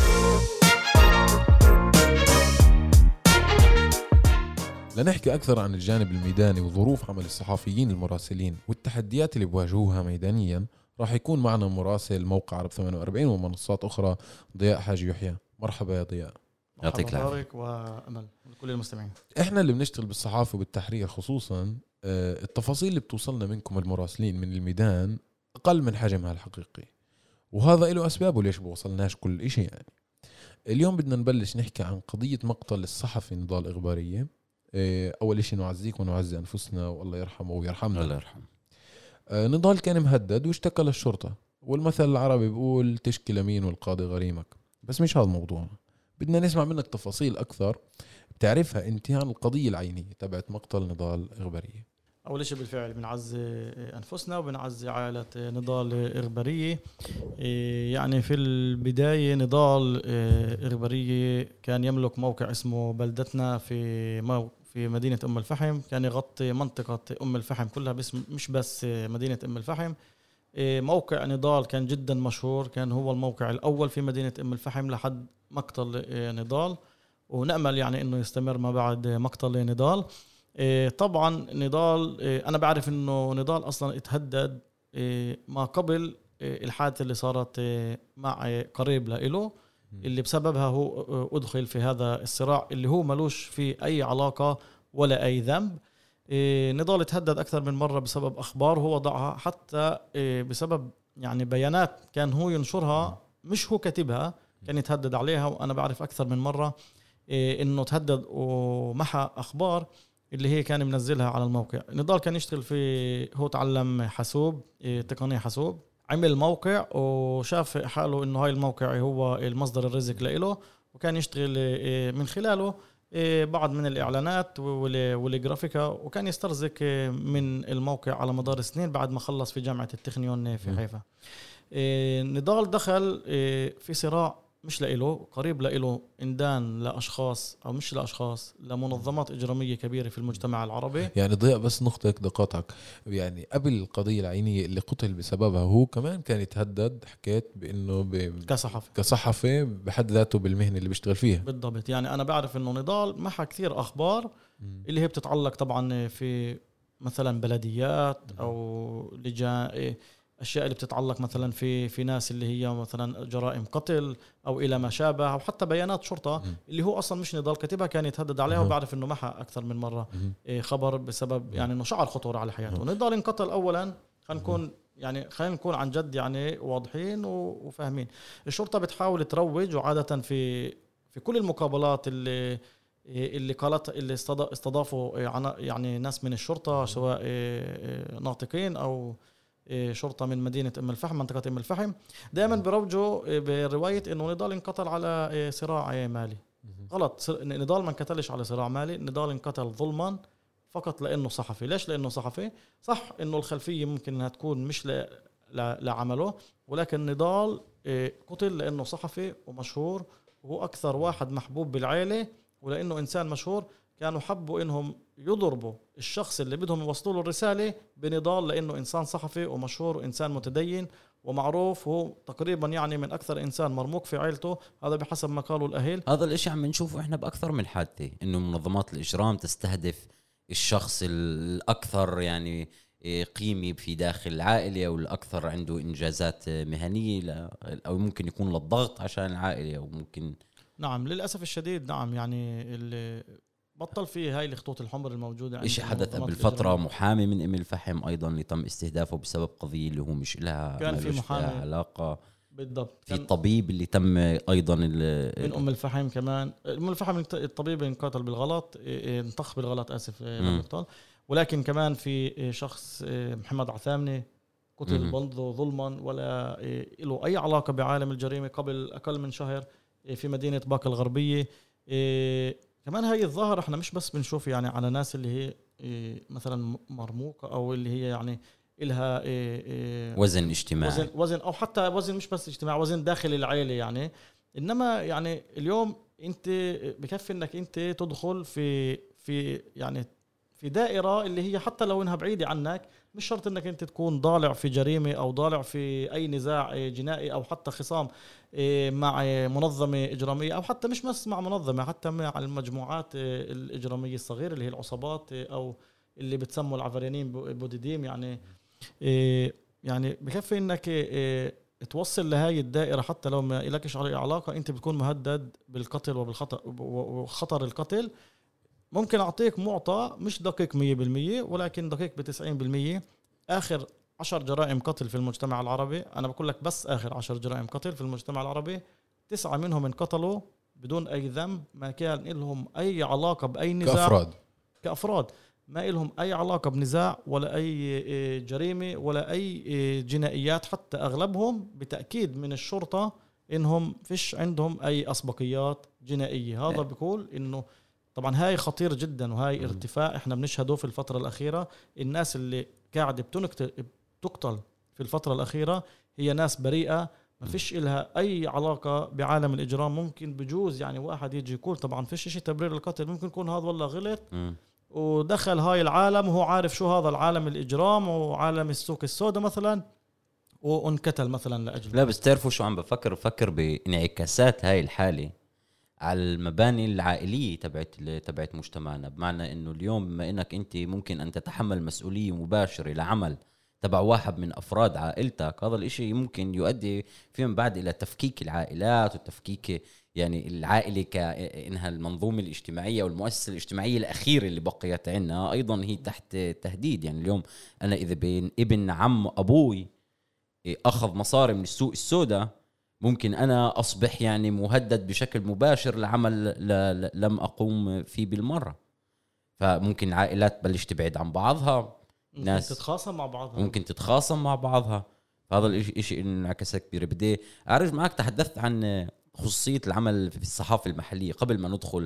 لنحكي أكثر عن الجانب الميداني وظروف عمل الصحفيين المراسلين والتحديات اللي بواجهوها ميدانيا، راح يكون معنا مراسل موقع عرب 48 ومنصات أخرى ضياء حاج يحيى. مرحبا يا ضياء. يعطيك العافية. وأمل لكل المستمعين. إحنا اللي بنشتغل بالصحافة وبالتحرير خصوصا، التفاصيل اللي بتوصلنا منكم المراسلين من الميدان أقل من حجمها الحقيقي، وهذا له أسبابه ليش بوصلناش كل إشي. يعني اليوم بدنا نبلش نحكي عن قضية مقتل الصحفي نضال إغبارية. أول إشي نعزيك ونعزي أنفسنا والله يرحمه ويرحمنا. الله يرحمه. نضال كان مهدد واشتكى للشرطة، والمثل العربي بيقول تشكي لمين والقاضي غريمك. بس مش هذا الموضوع. بدنا نسمع منك تفاصيل أكثر بتعرفها أنت عن القضية العينية تبعت مقتل نضال إغبارية. أول شيء بالفعل بنعزي أنفسنا وبنعزي عائلة نضال إغبارية. يعني في البداية نضال إغبارية كان يملك موقع اسمه بلدتنا في مدينة أم الفحم. كان يغطي منطقة أم الفحم كلها، مش بس مدينة أم الفحم. موقع نضال كان جدا مشهور، كان هو الموقع الأول في مدينة أم الفحم لحد مقتل نضال، ونأمل يعني أنه يستمر ما بعد مقتل نضال. طبعا نضال أنا بعرف أنه نضال أصلا اتهدد ما قبل الحادثة اللي صارت مع قريب له، اللي بسببها هو أدخل في هذا الصراع اللي هو ملوش فيه أي علاقة ولا أي ذنب. نضال اتهدد أكثر من مرة بسبب أخبار هو وضعها، حتى بسبب يعني بيانات كان هو ينشرها مش هو كاتبها، كان يتهدد عليها. وأنا بعرف أكثر من مرة إنه تهدد ومحى أخبار اللي هي كان منزلها على الموقع. نضال كان يشتغل هو تعلم حاسوب، تقنية حاسوب عمل موقع وشاف حاله انه هاي الموقع هو المصدر الرزق له، وكان يشتغل من خلاله بعض من الاعلانات والجرافيكا، وكان يسترزق من الموقع على مدار سنين بعد ما خلص في جامعة التكنيون في حيفا. نضال دخل في صراع مش لإله، قريب لإله إندان لأشخاص أو مش لأشخاص، لمنظمات إجرامية كبيرة في المجتمع العربي. يعني ضياء بس نقطة قاطعك، يعني قبل القضية العينية اللي قتل بسببها هو كمان كان يتهدد، حكيت بأنه كصحفي بحد ذاته بالمهنة اللي بيشتغل فيها. بالضبط. يعني أنا بعرف أنه نضال محى كثير أخبار اللي هي بتتعلق طبعا في مثلا بلديات أو لجان، أشياء اللي بتتعلق مثلا في ناس اللي هي مثلا جرائم قتل أو إلى ما شابه، أو حتى بيانات شرطة اللي هو أصلا مش نضال كاتبها كان يتهدد عليها. وبعرف إنه محى أكثر من مرة خبر بسبب يعني إنه شعر خطورة على حياته. نضال انقتل أولا، خلينا نكون عن جد يعني واضحين وفاهمين. الشرطة بتحاول تروج، وعادة في كل المقابلات اللي قالت اللي استضافوا يعني ناس من الشرطة، سواء ناطقين أو شرطة من مدينة أم الفحم، منطقة أم الفحم، دائما بروجوا برواية إنه نضال انقتل على صراع مالي. غلط. نضال ما انقتلش على صراع مالي، نضال انقتل ظلما فقط لأنه صحفي. ليش؟ لأنه صحفي. صح إنه الخلفية ممكن إنها تكون مش لعمله، ولكن نضال قتل لأنه صحفي ومشهور، وهو أكثر واحد محبوب بالعائلة، ولأنه إنسان مشهور كانوا حبوا إنهم يضربوا الشخص اللي بدهم يوصلوا له الرسالة بنضال، لأنه إنسان صحفي ومشهور وإنسان متدين ومعروف، هو تقريبا يعني من أكثر إنسان مرموق في عائلته، هذا بحسب ما قالوا الأهل. هذا الإشي عم نشوفه إحنا بأكثر من حادثة، إنه منظمات الإجرام تستهدف الشخص الأكثر يعني قيمة في داخل العائلة، أو الأكثر عنده إنجازات مهنية، أو ممكن يكون للضغط عشان العائلة، أو ممكن. نعم للأسف الشديد. نعم يعني اللي بطل فيه هاي الخطوط الحمر الموجودة. إشي حدث قبل فترة، محامي من أم الفحم أيضا اللي تم استهدافه بسبب قضية اللي هو مش لها كان في محامي علاقة. بالضبط. في الطبيب اللي تم أيضا من أم الفحم كمان. أم الفحم الطبيب انقتل بالغلط، انطخ بالغلط آسف بالبطال. ولكن كمان في شخص محمد عثامني قتل برضه ظلما، ولا له أي علاقة بعالم الجريمة، قبل أقل من شهر في مدينة باقة الغربية. كمان هاي الظاهرة احنا مش بس بنشوف يعني على ناس اللي هي مثلا مرموقة، أو اللي هي يعني إلها وزن اجتماعي، وزن أو حتى وزن مش بس اجتماع، وزن داخل العائلة يعني. إنما يعني اليوم أنت بكفي إنك أنت تدخل في يعني في دائرة اللي هي حتى لو إنها بعيدة عنك، مش شرط إنك أنت تكون ضالع في جريمة أو ضالع في أي نزاع جنائي، أو حتى خصام مع منظمة إجرامية، أو حتى مش بس مع منظمة، حتى مع المجموعات الإجرامية الصغيرة اللي هي العصابات، أو اللي بتسموا العفريانين بوديديم. يعني بكفي إنك توصل لهاي الدائرة، حتى لو ما إلكش على علاقة، أنت بتكون مهدد بالقتل وخطر القتل. ممكن أعطيك معطى مش دقيق 100%، ولكن دقيق ب90%. آخر 10 جرائم قتل في المجتمع العربي، أنا بقول لك بس آخر 10 جرائم قتل في المجتمع العربي، 9 منهم انقتلوا بدون أي ذنب، ما كان لهم أي علاقة بأي نزاع. كأفراد ما لهم أي علاقة بنزاع ولا أي جريمة ولا أي جنائيات. حتى أغلبهم بتأكيد من الشرطة إنهم فيش عندهم أي أسبقيات جنائية. هذا بيقول إنه طبعا هاي خطير جدا، وهاي ارتفاع احنا بنشهده في الفترة الأخيرة. الناس اللي قاعدة بتقتل في الفترة الأخيرة هي ناس بريئة، ما فيش إلها أي علاقة بعالم الإجرام. ممكن بجوز يعني واحد يجي يقول طبعا فيش شيء تبرير القتل، ممكن يكون هذا والله غلط ودخل هاي العالم وهو عارف شو هذا العالم الإجرام وعالم السوق السوداء مثلا، وانقتل مثلا لأجل. لا بس تعرفوا شو عم بفكر بانعكاسات هاي الحالة على المباني العائلية تبعت مجتمعنا. بمعنى انه اليوم بما انك انت ممكن ان تتحمل مسؤولية مباشرة لعمل تبع واحد من افراد عائلتك، هذا الاشي ممكن يؤدي فيما بعد الى تفكيك العائلات وتفكيك يعني العائلة كأنها المنظومة الاجتماعية والمؤسسة الاجتماعية الأخيرة اللي بقيت عنا أيضا هي تحت تهديد. يعني اليوم أنا إذا بين ابن عم أبوي أخذ مصاري من السوق السوداء، ممكن أنا أصبح يعني مهدد بشكل مباشر لعمل لم أقوم فيه بالمرة. فممكن عائلات بلش تبعد عن بعضها، ناس تتخاصم مع بعضها، ممكن تتخاصم مع بعضها. هذا الشيء انعكس كبير. بدي أعرج معك، تحدثت عن خصوصية العمل في الصحافة المحلية قبل ما ندخل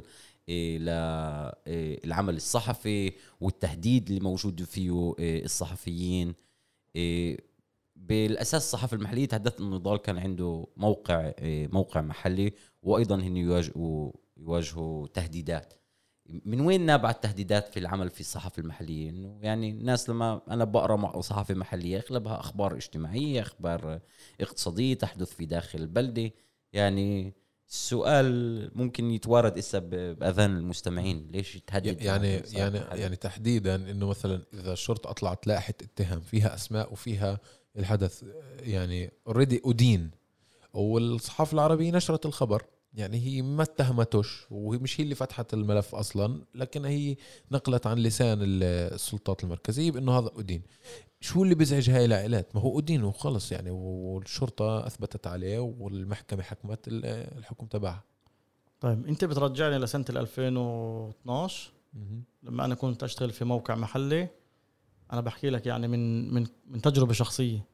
العمل الصحفي والتهديد اللي موجود فيه الصحفيين. بالأساس الصحافة المحلية تحدثت أن النضال كان عنده موقع محلي، وأيضا هن يواجهوا تهديدات. من وين نابع التهديدات في العمل في الصحافة المحلية؟ إنه يعني الناس لما أنا بقرأ صحافة محلية أغلبها أخبار اجتماعية، أخبار اقتصادية تحدث في داخل البلدة. يعني السؤال ممكن يتوارد إسا بأذان المستمعين، ليش يتهدد؟ يعني تحديدا إنه مثلا إذا الشرطة أطلعت لائحة اتهام فيها أسماء وفيها الحدث يعني already أدين، والصحافة العربية نشرت الخبر، يعني هي ما اتهمتوش ومش هي اللي فتحت الملف أصلا، لكن هي نقلت عن لسان السلطات المركزية بأنه هذا أدين. شو اللي بيزعج هاي العائلات؟ ما هو أدين وخلص يعني، والشرطة أثبتت عليه والمحكمة حكمت الحكم تبعها. طيب أنت بترجعني لسنة 2012 لما أنا كنت أشتغل في موقع محلي. أنا بحكي لك يعني من تجربة شخصية.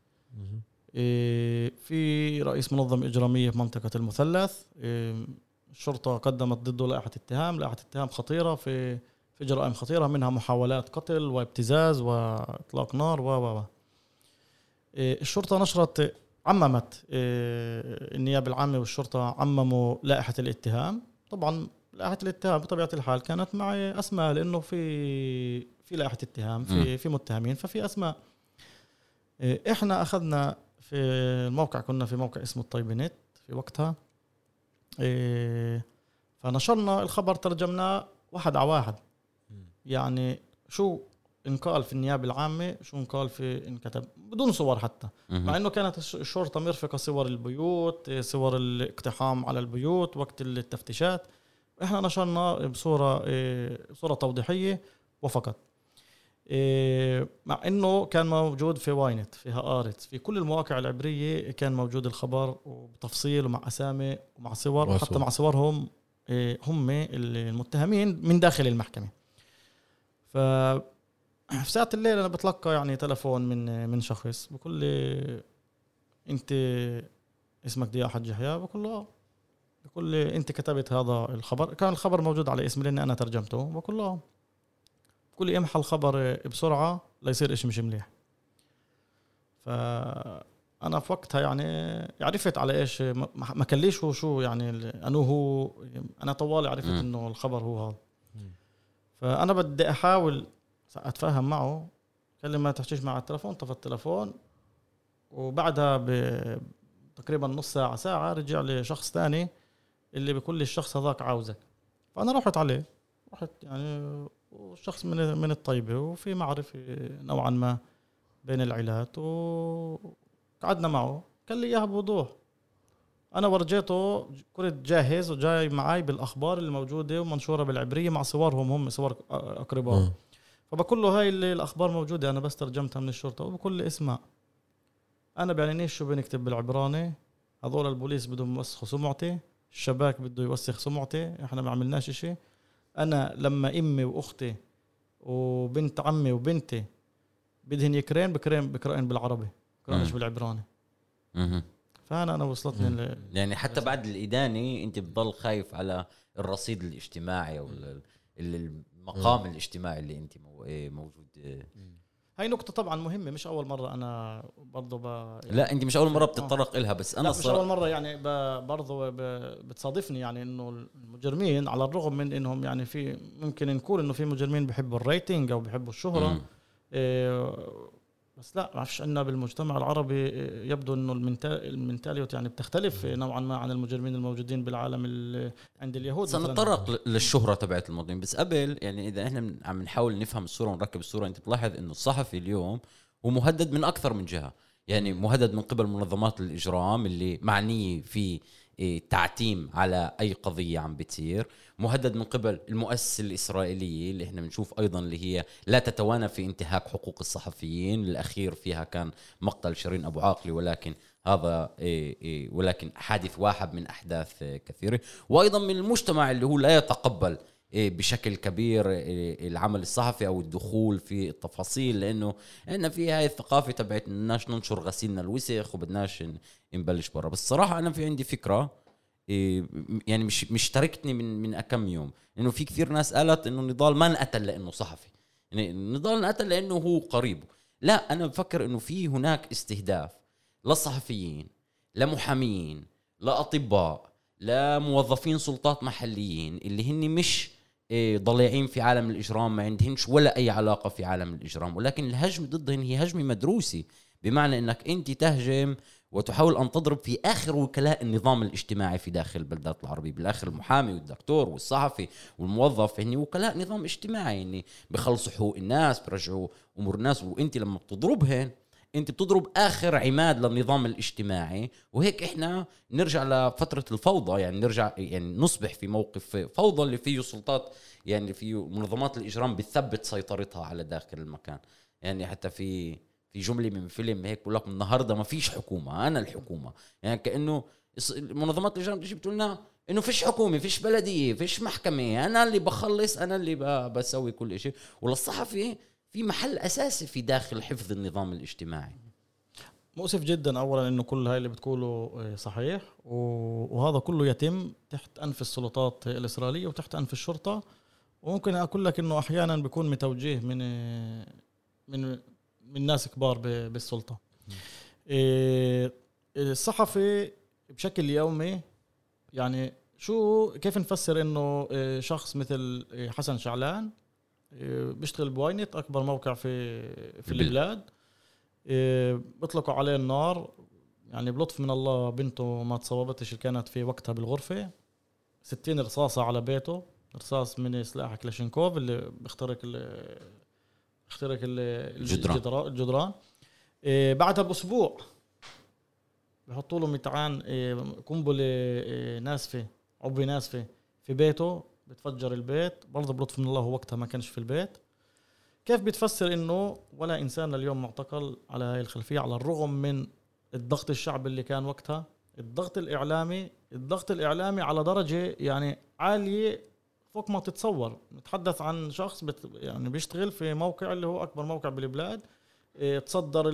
في رئيس منظمة إجرامية في منطقة المثلث، الشرطة قدمت ضده لائحة اتهام خطيرة في جرائم خطيرة، منها محاولات قتل وابتزاز وإطلاق نار الشرطة نشرت عممت النيابة العامة والشرطة عمموا لائحة الاتهام. طبعا لائحة الاتهام بطبيعة الحال كانت مع أسماء، لأنه في لائحة اتهام في متهمين، ففي أسماء. إحنا أخذنا في الموقع، كنا في موقع اسمه الطيبنت في وقتها، فنشرنا الخبر، ترجمناه 1 على 1. يعني شو انقال في النيابة العامة، شو انقال في انكتب بدون صور حتى، مع انه كانت الشرطة مرفقة صور البيوت، صور الاقتحام على البيوت وقت التفتيشات. احنا نشرنا بصورة توضيحية وفقط. مع انه كان موجود في واينت، في هآرت، في كل المواقع العبرية كان موجود الخبر وبتفصيل ومع أسامي ومع صور، وحتى مع صورهم هم المتهمين من داخل المحكمة. ففي ساعة الليل أنا بتلقى يعني تلفون من شخص بقول لي أنت اسمك ضياء حج يحيى؟ بقول له بقول لي أنت كتبت هذا الخبر؟ كان الخبر موجود على اسمي لأني أنا ترجمته. بقول له بقول لي امحى الخبر بسرعة لا يصير إشي مش مليح. فأنا في وقتها يعني عرفت على إيش، ما كليش هو شو يعني أنا طوالي عرفت إنه الخبر هو هذا. فأنا بدي أحاول أتفاهم معه، كلم ما تحكيش مع التلفون، طفى التلفون، وبعدها تقريبا نص ساعة رجع لي شخص تاني اللي بيقول لي الشخص هذاك عاوزك. فأنا رحت عليه، يعني الشخص من الطيبة وفي معرفة نوعا ما بين العائلات، وقعدنا معه قال لي إياها بوضوح. أنا ورجيته كنت جاهز وجاي معاي بالأخبار اللي موجودة ومنشورة بالعبرية مع صورهم، هم صور أقرباء. فبقول له هاي اللي الأخبار موجودة، أنا بس ترجمتها من الشرطة. وبقول لي اسمع، أنا بعنيش شو بنكتب بالعبراني، هذول البوليس بدهم يوسخوا سمعتي، الشباك بده يوسخ سمعتي، إحنا ما عملناش إشي. أنا لما أمي وأختي وبنت عمي وبنتي بدهن يكرين بكرين بالعربي، بكرينش بالعبراني. فأنا وصلتني يعني حتى بعد الإدانة أنت بتضل خايف على الرصيد الاجتماعي أو المقام الاجتماعي اللي أنت موجود. هاي نقطة طبعا مهمة، مش أول مرة أنا برضو لا أنت مش أول مرة بتتطرق إلها، بس أنا مش أول مرة يعني برضو بتصادفني يعني إنه المجرمين على الرغم من إنهم يعني في ممكن نقول إنه في مجرمين بيحبوا الريتنج أو بيحبوا الشهرة، بس لا معرفش عنا بالمجتمع العربي يبدو إنه المنتاليوت يعني بتختلف نوعا ما عن المجرمين الموجودين بالعالم عند اليهود. سنتطرق للشهرة تبعت الموضوعين، بس قبل يعني إذا إحنا عم نحاول نفهم الصورة ونركب الصورة، أنت بتلاحظ إنه الصحفي اليوم هو مهدد من أكثر من جهة. يعني مهدد من قبل منظمات الإجرام اللي معنية في تعتيم على أي قضية عم بتصير، مهدد من قبل المؤسسة الإسرائيلية اللي احنا بنشوف أيضا اللي هي لا تتوانى في انتهاك حقوق الصحفيين. الأخير فيها كان مقتل شيرين أبو عاقلة، ولكن هذا ولكن حادث واحد من أحداث كثيرة. وأيضا من المجتمع اللي هو لا يتقبل بشكل كبير العمل الصحفي او الدخول في التفاصيل، لانه احنا في هاي الثقافه تبعت بدناش ننشر غسيلنا الوسخ وبدناش نبلش برا. بس الصراحه انا في عندي فكره يعني مش تركتني من كم يوم، انه في كثير ناس قالت انه نضال ما انقتل لانه صحفي، يعني نضال انقتل لانه هو قريبه. لا، انا بفكر انه في هناك استهداف للصحفيين، لمحامين، لاطباء، لموظفين سلطات محليين اللي هن مش ضليعين في عالم الإجرام، ما عندهنش ولا أي علاقة في عالم الإجرام، ولكن الهجم ضدهن هي هجمة مدروسة، بمعنى أنك أنت تهجم وتحاول أن تضرب في آخر وكلاء النظام الاجتماعي في داخل البلدات العربية. بالآخر المحامي والدكتور والصحفي والموظف هن وكلاء نظام اجتماعي، يعني بخلصوا حقوق الناس، برجعوا أمور الناس، وأنت لما بتضربهن انت بتضرب اخر عماد للنظام الاجتماعي. وهيك احنا نرجع لفترة الفوضى، يعني نرجع يعني نصبح في موقف فوضى اللي فيه سلطات، يعني فيه منظمات الاجرام بتثبت سيطرتها على داخل المكان. يعني حتى في جملة من فيلم هيك بقول لك النهارده ما فيش حكومة، انا الحكومة. يعني كأنه منظمات الاجرام بتيجي بتقول لنا انه فيش حكومة، فيش بلدية، فيش محكمة، انا اللي بخلص، انا اللي بسوي كل شيء. وللصحفي في محل أساسي في داخل حفظ النظام الاجتماعي. مؤسف جدا أولا إنه كل هاي اللي بتقوله صحيح، وهذا كله يتم تحت أنف السلطات الإسرائيلية وتحت أنف الشرطة. وممكن أقول لك إنه أحيانا بيكون متوجيه من ناس كبار بالسلطة. الصحفي بشكل يومي، يعني كيف نفسر إنه شخص مثل حسن شعلان بيشتغل بواينت، أكبر موقع في البلاد، بيطلقوا عليه النار، يعني بلطف من الله بنته ما تصوبتش اللي كانت في وقتها بالغرفة، 60 رصاصة على بيته، رصاص من سلاح كلاشينكوف اللي بيخترق الجدران. بعدها بأسبوع بيحطوا له 200 قنبلة ناسفة، عبوة ناسفة في بيته، بتفجر البيت برضه بلطف من الله، وقتها ما كانش في البيت. كيف بتفسر انه ولا انسان لليوم معتقل على هاي الخلفية، على الرغم من الضغط الشعبي اللي كان وقتها، الضغط الإعلامي على درجة يعني عالية فوق ما تتصور. نتحدث عن شخص يعني بيشتغل في موقع اللي هو أكبر موقع بالبلاد، تصدر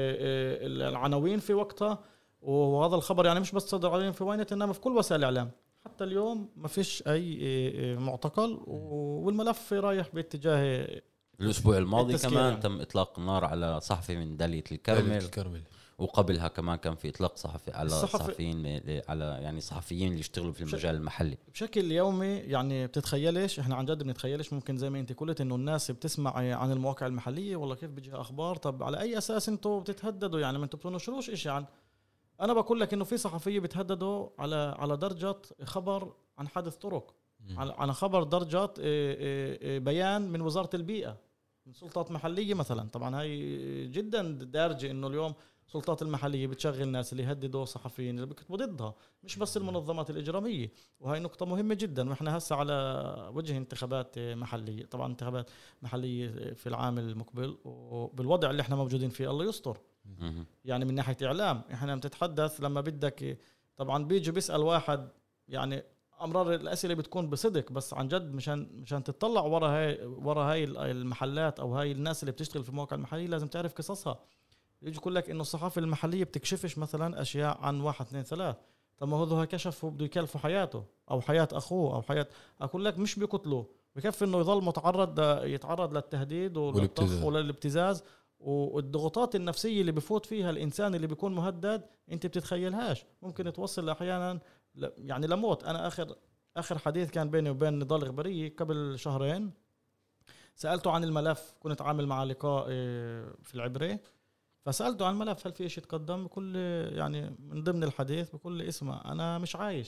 العناوين في وقتها، وهذا الخبر يعني مش بس تصدر عناوين في وينت، إنما في كل وسائل الإعلام. حتى اليوم ما فيش أي معتقل، والملف رايح باتجاه. الأسبوع الماضي كمان يعني تم إطلاق النار على صحفي من دالية الكرمل. وقبلها كمان كان في إطلاق صحفي على صحفيين، على يعني صحفيين اللي يشتغلوا في المجال المحلي بشكل يومي. يعني بتتخيلش، احنا عن جد بنتخيلش، ممكن زي ما انت قلت انه الناس بتسمع عن المواقع المحلية والله كيف بيجي اخبار، طب على اي اساس انتوا بتتهددوا؟ يعني ما انتوا بتنشروش اشي عن. انا بقول لك انه في صحفية بتهددوا على درجة خبر عن حادث طرق، على خبر درجة بيان من وزارة البيئة، من سلطات محلية مثلا. طبعا هاي جدا دارجة انه اليوم سلطات المحلية بتشغل ناس اللي يهددوا صحفيين اللي بيكتبوا ضدها، مش بس المنظمات الإجرامية. وهي نقطة مهمة جدا. وإحنا هسه على وجه انتخابات محلية، طبعا انتخابات محلية في العام المقبل، وبالوضع اللي احنا موجودين فيه الله يستر. يعني من ناحية إعلام احنا بتتحدث لما بدك، طبعا بيجي بيسأل واحد، يعني أمرار الأسئلة بتكون بصدق، بس عن جد مشان تطلع ورا هاي المحلات أو هاي الناس اللي بتشتغل في المواقع المحلية لازم تعرف قصصها. يجي يقول لك إنه الصحافة المحلية بتكشفش مثلا أشياء عن 1 2 3. طب ما هو كشفوا بده يكلفوا حياته أو حياة أخوه أو حياة، أقول لك مش بيقتلوه، بكفي إنه يظل يتعرض للتهديد والطخ وللابتزاز والضغوطات النفسية اللي بفوت فيها الإنسان اللي بيكون مهدد. أنت بتتخيلهاش، ممكن توصل أحيانا يعني لموت. أنا آخر حديث كان بيني وبين نضال الإخبارية قبل شهرين، سألته عن الملف، كنت عامل مع لقاء في العبرة، فسألته عن الملف هل في شيء تقدم. بكل يعني من ضمن الحديث بكل اسمه أنا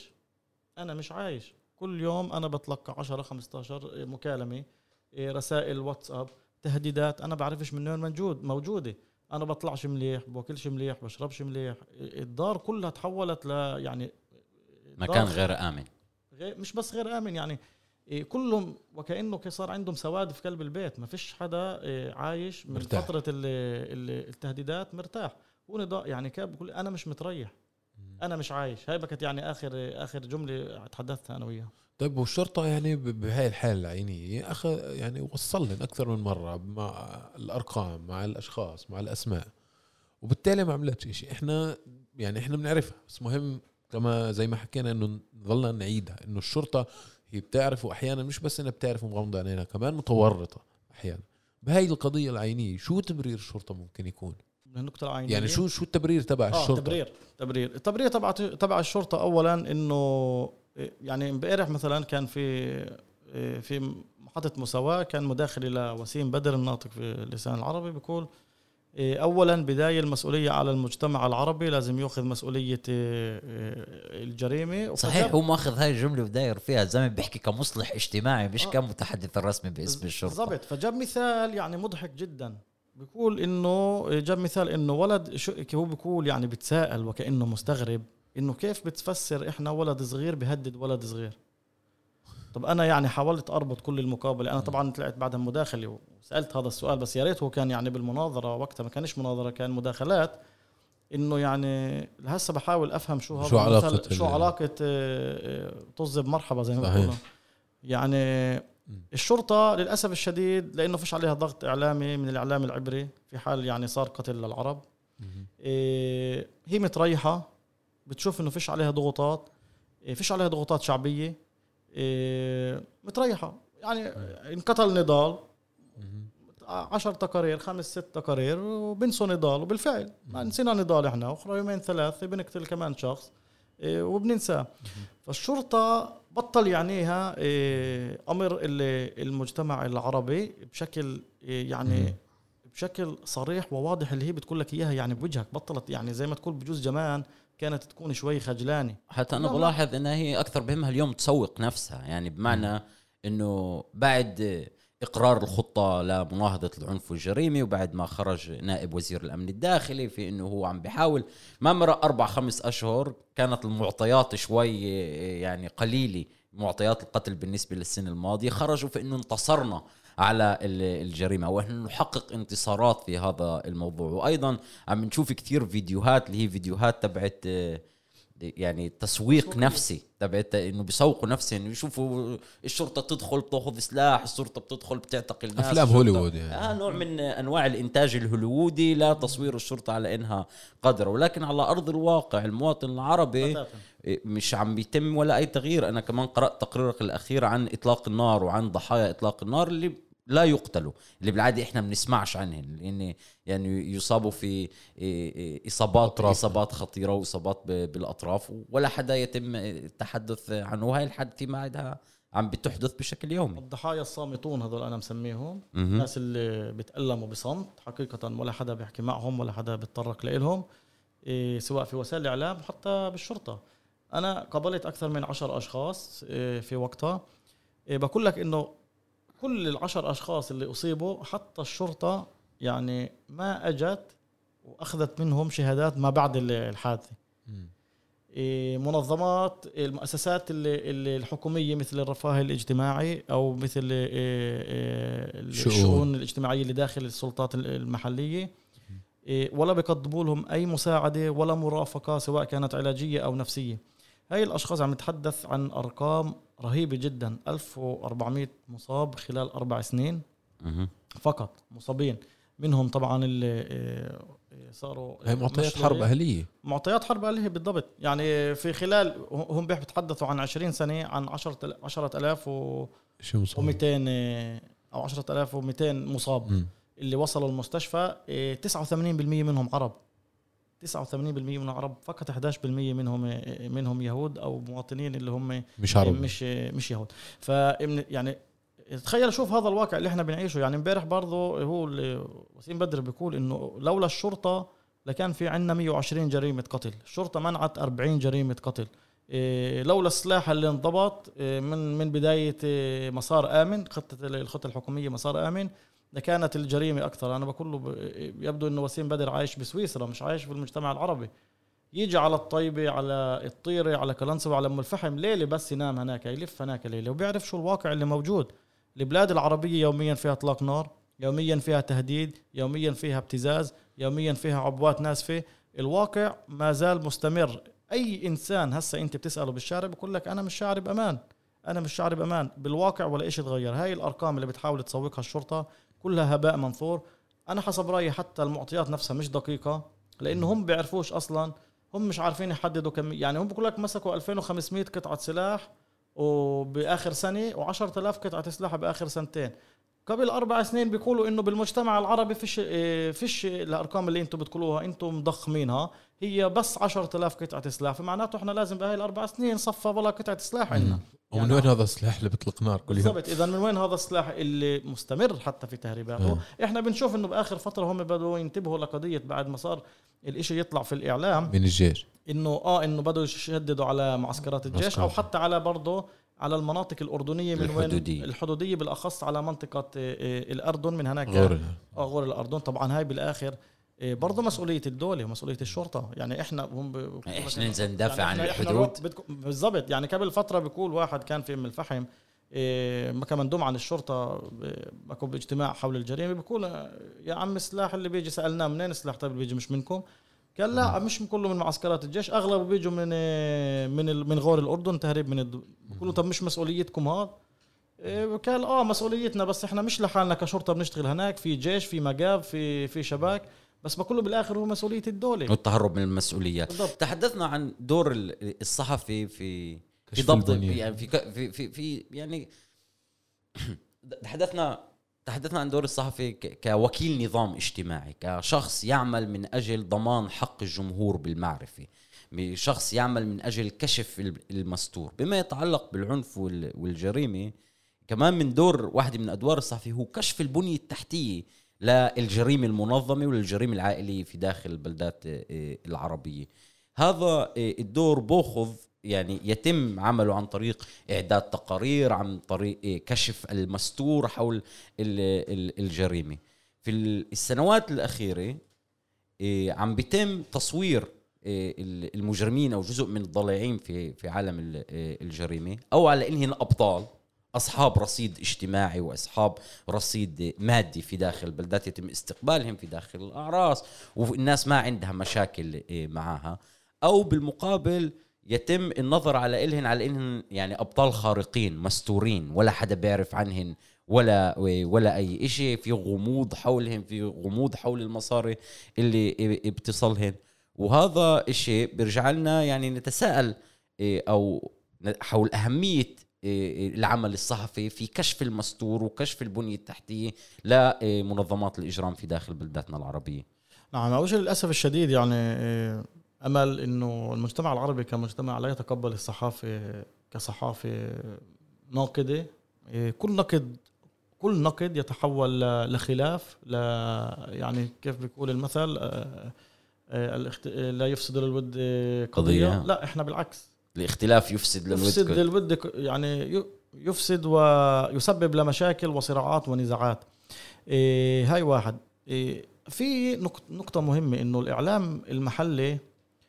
مش عايش. كل يوم أنا بتلقى 10-15 مكالمة، رسائل واتساب، تهديدات، أنا بعرفش من وين موجودة. أنا بطلعش مليح، باكلش مليح، بشربش مليح. الدار كلها تحولت يعني مكان غير آمن. مش بس غير آمن، يعني كلهم وكأنه صار عندهم سواد في قلب البيت. ما فيش حدا عايش من مرتاح. فترة التهديدات مرتاح. يعني كاب بقول أنا مش متريح، انا مش عايش. هاي كانت يعني اخر جمله تحدثتها انا وياه. طيب والشرطة يعني بهاي الحالة العينية يعني وصل لنا أكثر من مرة مع الأرقام، مع الأشخاص، مع الأسماء، وبالتالي ما عملتش شيء. إحنا بنعرفها، بس مهم كما زي ما حكينا إنه نظلنا نعيدها، إنه الشرطة هي بتعرف، وأحيانا مش بس إنها بتعرف ومغمضة عينيها، كمان متورطة أحيانا بهاي القضية العينية. شو تبرير الشرطة ممكن يكون؟ النقطة العينية يعني شو التبرير تبع الشرطة؟ التبرير تبع الشرطة أولا إنه يعني امبارح مثلا كان في محطة مساواة كان مداخل إلى وسيم بدر الناطق في اللسان العربي بيقول أولا بداية المسؤولية على المجتمع العربي، لازم يأخذ مسؤولية الجريمة. صحيح، هو ماخذ هاي الجملة وداير فيها الزلمة بيحكي كمصلح اجتماعي مش كمتحدث الرسمي باسم الشرطة. بالضبط. فجاب مثال يعني مضحك جدا، بيقول إنه جاب مثال إنه ولد هو بيقول يعني بتساءل وكأنه مستغرب إنه كيف بتفسر إحنا ولد صغير بيهدد ولد صغير. طب أنا يعني حاولت أربط كل المقابلة. أنا طبعا طلعت بعدها مداخلة وسألت هذا السؤال، بس يا ريت هو كان يعني بالمناظرة وقتها، ما كانش مناظرة، كان مداخلات. إنه يعني هسه بحاول أفهم شو علاقة طز بمرحبا زي ما بيقولوا. يعني الشرطة للأسف الشديد لأنه فيش عليها ضغط إعلامي من الإعلام العبري في حال يعني صار قتل للعرب، هي متريحة، بتشوف إنه فيش عليها ضغوطات شعبية، متريحة. يعني انقتل نضال 10 تقارير 5-6 تقارير وبنسوا نضال، وبالفعل ما نسينا نضال احنا، أخرى 2-3 بنقتل كمان شخص وبننساه. فالشرطة بطل يعنيها أمر المجتمع العربي بشكل يعني بشكل صريح وواضح اللي هي بتقول لك إياها يعني بوجهك. بطلت يعني زي ما تقول بجوز زمان كانت تكون شوي خجلانة. حتى أنا بلاحظ إنها هي أكثر بهمها اليوم تسوق نفسها، يعني بمعنى إنه بعد إقرار الخطة لمناهضة العنف والجريمة، وبعد ما خرج نائب وزير الأمن الداخلي في إنه هو عم بيحاول، ما مرق 4-5 أشهر كانت المعطيات شوي يعني قليلة، معطيات القتل بالنسبة للسنة الماضية، خرجوا في إنه انتصرنا على الجريمة وإحنا نحقق انتصارات في هذا الموضوع. وأيضا عم نشوف كتير فيديوهات اللي هي فيديوهات تبعت يعني تسويق نفسي، تبعت انه بيسوقوا نفسه، انه يشوفوا الشرطه تدخل بتاخذ سلاح، الشرطه بتدخل بتعتقل ناس، افلام هوليوود يعني. نوع من انواع الانتاج الهوليوودي لا تصوير الشرطه على انها قادره. ولكن على ارض الواقع المواطن العربي مش عم بيتم ولا اي تغيير. انا كمان قرات تقريرك الاخير عن اطلاق النار وعن ضحايا اطلاق النار اللي لا يقتلوا، اللي بالعاده احنا بنسمعش عنهم، لان يعني يصابوا في اصابات خطيره واصابات بالاطراف، ولا حدا يتم التحدث عنه. وهي الحادثه ما عندها عم بتحدث بشكل يومي. الضحايا الصامتون هذول انا مسميهم، الناس اللي بتألموا بصمت حقيقه، ولا حدا بيحكي معهم ولا حدا بيتطرق لهم، سواء في وسائل الاعلام حتى بالشرطه. انا قابلت اكثر من 10 اشخاص في وقتها، بقول لك انه كل 10 أشخاص اللي أصيبوا حتى الشرطة يعني ما أجت وأخذت منهم شهادات ما بعد الحادثة. منظمات المؤسسات اللي الحكومية مثل الرفاه الاجتماعي أو مثل الشؤون الاجتماعية اللي داخل السلطات المحلية، ولا بيقدموا لهم أي مساعدة ولا مرافقة سواء كانت علاجية أو نفسية. هاي الأشخاص عم نتحدث عن أرقام رهيبة جدا، 1400 مصاب خلال 4 سنين فقط مصابين، منهم طبعا اللي صاروا هاي معطيات حرب أهلية بالضبط. يعني في خلال هم بيتحدثوا عن 20 سنة عن 10,200 أو 10,200 مصاب اللي وصلوا المستشفى. 89% منهم عرب، 89% من العرب، فقط 11% منهم يهود او مواطنين اللي هم مش عرب، مش يهود. يعني تخيل شوف هذا الواقع اللي احنا بنعيشه. يعني امبارح برضه هو وسيم بدر بيقول انه لولا الشرطه لكان في عندنا 120 جريمه قتل، الشرطه منعت 40 جريمه قتل. لولا السلاح اللي انضبط من بدايه مسار امن، الخطه الحكوميه مسار امن، لكانت الجريمة أكثر. أنا بقول له يبدو إنه وسيم بدر عايش بسويسرا، مش عايش في المجتمع العربي. يجي على الطيبة، على الطيرة، على كلنسوة، على أم الفحم ليلة بس ينام هناك، يلف هناك ليلة، وبيعرف شو الواقع اللي موجود. البلاد العربية يوميا فيها إطلاق نار، يوميا فيها تهديد، يوميا فيها ابتزاز، يوميا فيها عبوات ناسفة. الواقع ما زال مستمر اي انسان هسه انت بتساله بالشارع بقول لك انا مش شاعر بامان، انا مش شاعر بامان. بالواقع ولا إشي تغير. هاي الارقام اللي بتحاول تسوقها الشرطه كلها هباء منثور. انا حسب رايي حتى المعطيات نفسها مش دقيقه، لانه هم بيعرفوش اصلا، هم مش عارفين يحددوا كم. يعني هم بقول لك مسكوا 2500 قطعه سلاح وباخر سنه و10,000 قطعه سلاح باخر سنتين. قبل 4 سنين بيقولوا انه بالمجتمع العربي فيش الارقام اللي انتم بتقولوها انتم مضخمينها، هي بس 10,000 قطعه سلاح. فمعناته احنا لازم بهاي ال4 سنين صفى ولا قطعه سلاح عندنا. ومن وين هذا السلاح اللي بيطلق نار كل يوم؟ بالضبط. اذا من وين هذا السلاح اللي مستمر حتى في تهريباته؟ احنا بنشوف انه باخر فتره هم بدوا ينتبهوا لقضيه بعد ما صار الاشي يطلع في الاعلام من الجيش انه بدوا يشددوا على معسكرات الجيش او حتى على برضه على المناطق الأردنية من الحدودية. وين الحدودية بالأخص على منطقة الأردن من هناك غور الأردن. طبعا هاي بالآخر برضو مسؤولية الدولة ومسؤولية الشرطة. يعني إحنا إحنا ننزل ندافع عن الحدود بالضبط. يعني قبل فترة بيقول واحد كان في الفحم ما كان مندوم عن الشرطة أكو باجتماع حول الجريمة، بيقول يا عم السلاح اللي بيجي سألناه منين السلاح؟ طيب اللي بيجي مش منكم؟ قال لا مش كله من معسكرات الجيش، اغلبه بيجوا من غور الاردن تهريب من بيقولوا طب مش مسؤوليتكم هذا؟ قال مسؤوليتنا، بس احنا مش لحالنا كشرطه بنشتغل هناك، في جيش في مجاب في شباك، بس بكله بالاخر هو مسؤوليه الدوله والتهرب من المسؤوليات. بالضبط. تحدثنا عن دور الصحفي في ضبط يعني في يعني تحدثنا عن دور الصحفي كوكيل نظام اجتماعي، كشخص يعمل من أجل ضمان حق الجمهور بالمعرفة، شخص يعمل من أجل كشف المستور. بما يتعلق بالعنف والجريمة كمان من دور واحدة من أدوار الصحفي هو كشف البنية التحتية للجريمة المنظمة والجريمة العائلية في داخل البلدات العربية. هذا الدور بأخذ يعني يتم عمله عن طريق إعداد تقارير، عن طريق كشف المستور حول الجريمة. في السنوات الأخيرة عم بيتم تصوير المجرمين أو جزء من الضالعين في عالم الجريمة، أو على إنهم أبطال أصحاب رصيد اجتماعي وأصحاب رصيد مادي في داخل البلدات، يتم استقبالهم في داخل الأعراس والناس ما عندها مشاكل معها، أو بالمقابل يتم النظر على إلهن على إنهن يعني أبطال خارقين مستورين ولا حدا بيعرف عنهن ولا أي إشي، في غموض حولهم، في غموض حول المصاري اللي بتصلهن. وهذا الشيء بيرجع لنا يعني نتساءل أو حول أهمية العمل الصحفي في كشف المستور وكشف البنية التحتية لمنظمات الإجرام في داخل بلداتنا العربية. نعم، أوجه للأسف الشديد يعني أمل إنه المجتمع العربي كمجتمع لا يتقبل الصحافة كصحافة ناقدة. كل نقد يتحول لخلاف، يعني كيف بيقول المثل لا يفسد للود قضية. لا إحنا بالعكس، الاختلاف يفسد للود يعني يفسد ويسبب لمشاكل وصراعات ونزاعات. هاي واحد. في نقطة مهمة إنه الإعلام المحلي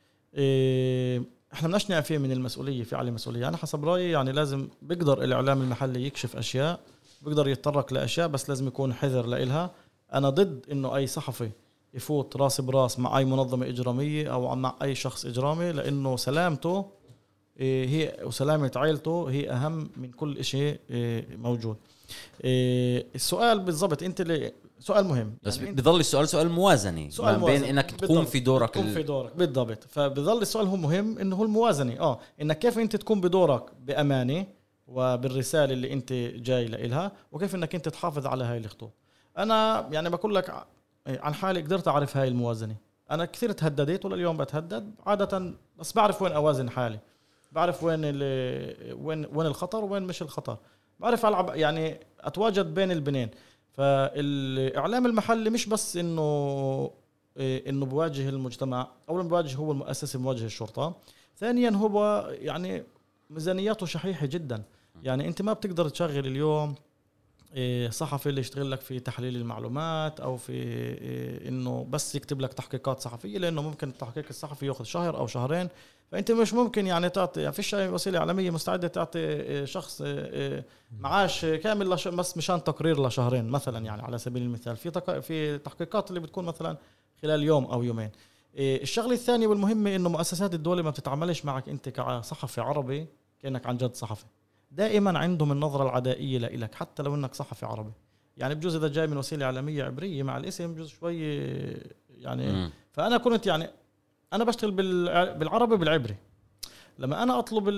احنا بدناش نعفيه من المسؤولية، في عليه مسؤولية. أنا حسب رأيي يعني لازم بيقدر الإعلام المحلي يكشف أشياء، بيقدر يتطرق لأشياء، بس لازم يكون حذر لإلها. أنا ضد إنه أي صحفي يفوت راس براس مع أي منظمة إجرامية أو مع أي شخص إجرامي، لأنه سلامته هي وسلامة عائلته هي أهم من كل شيء موجود. السؤال بالضبط أنت اللي سؤال مهم، بس يعني بيظل السؤال سؤال موازنة بين إنك تقوم في دورك بالضبط. فبيظل السؤال هو مهم إنه هو الموازنة إنك كيف أنت تكون بدورك بأمانة وبالرسالة اللي أنت جاي لإلها، وكيف إنك أنت تحافظ على هاي الخطوط. أنا يعني بقول لك عن حالي قدرت أعرف هاي الموازنة. أنا كثير تهددت ولليوم بتهدد عادة، بس بعرف وين أوازن حالي، بعرف وين الخطر وين مش الخطر، بعرف ألعب يعني أتواجد بين البنين. فالإعلام المحلي مش بس إنه بواجه المجتمع، أولا بواجه هو المؤسسة، بواجه الشرطة. ثانيا هو يعني ميزانياته شحيحة جدا. يعني أنت ما بتقدر تشغل اليوم صحفي اللي يشتغل لك في تحليل المعلومات أو في إنه بس يكتب لك تحقيقات صحفية، لأنه ممكن التحقيق الصحفي يأخذ شهر أو شهرين. فأنت مش ممكن يعني تعطي، يعني فيش أي وسيلة إعلامية مستعدة تعطي شخص معاش كامل بس مشان تقرير لشهرين مثلا. يعني على سبيل المثال في تحقيقات اللي بتكون مثلا خلال يوم أو يومين. الشغله الثانيه والمهمه انه مؤسسات الدوله ما بتتعاملش معك انت كصحفي عربي كانك عن جد صحفي. دائما عندهم النظره العدائيه لإلك حتى لو انك صحفي عربي. يعني بجوز اذا جاي من وسيله اعلاميه عبريه مع الاسم بجوز شوي يعني فانا كنت يعني انا بشتغل بالعربي بالعبري. لما انا اطلب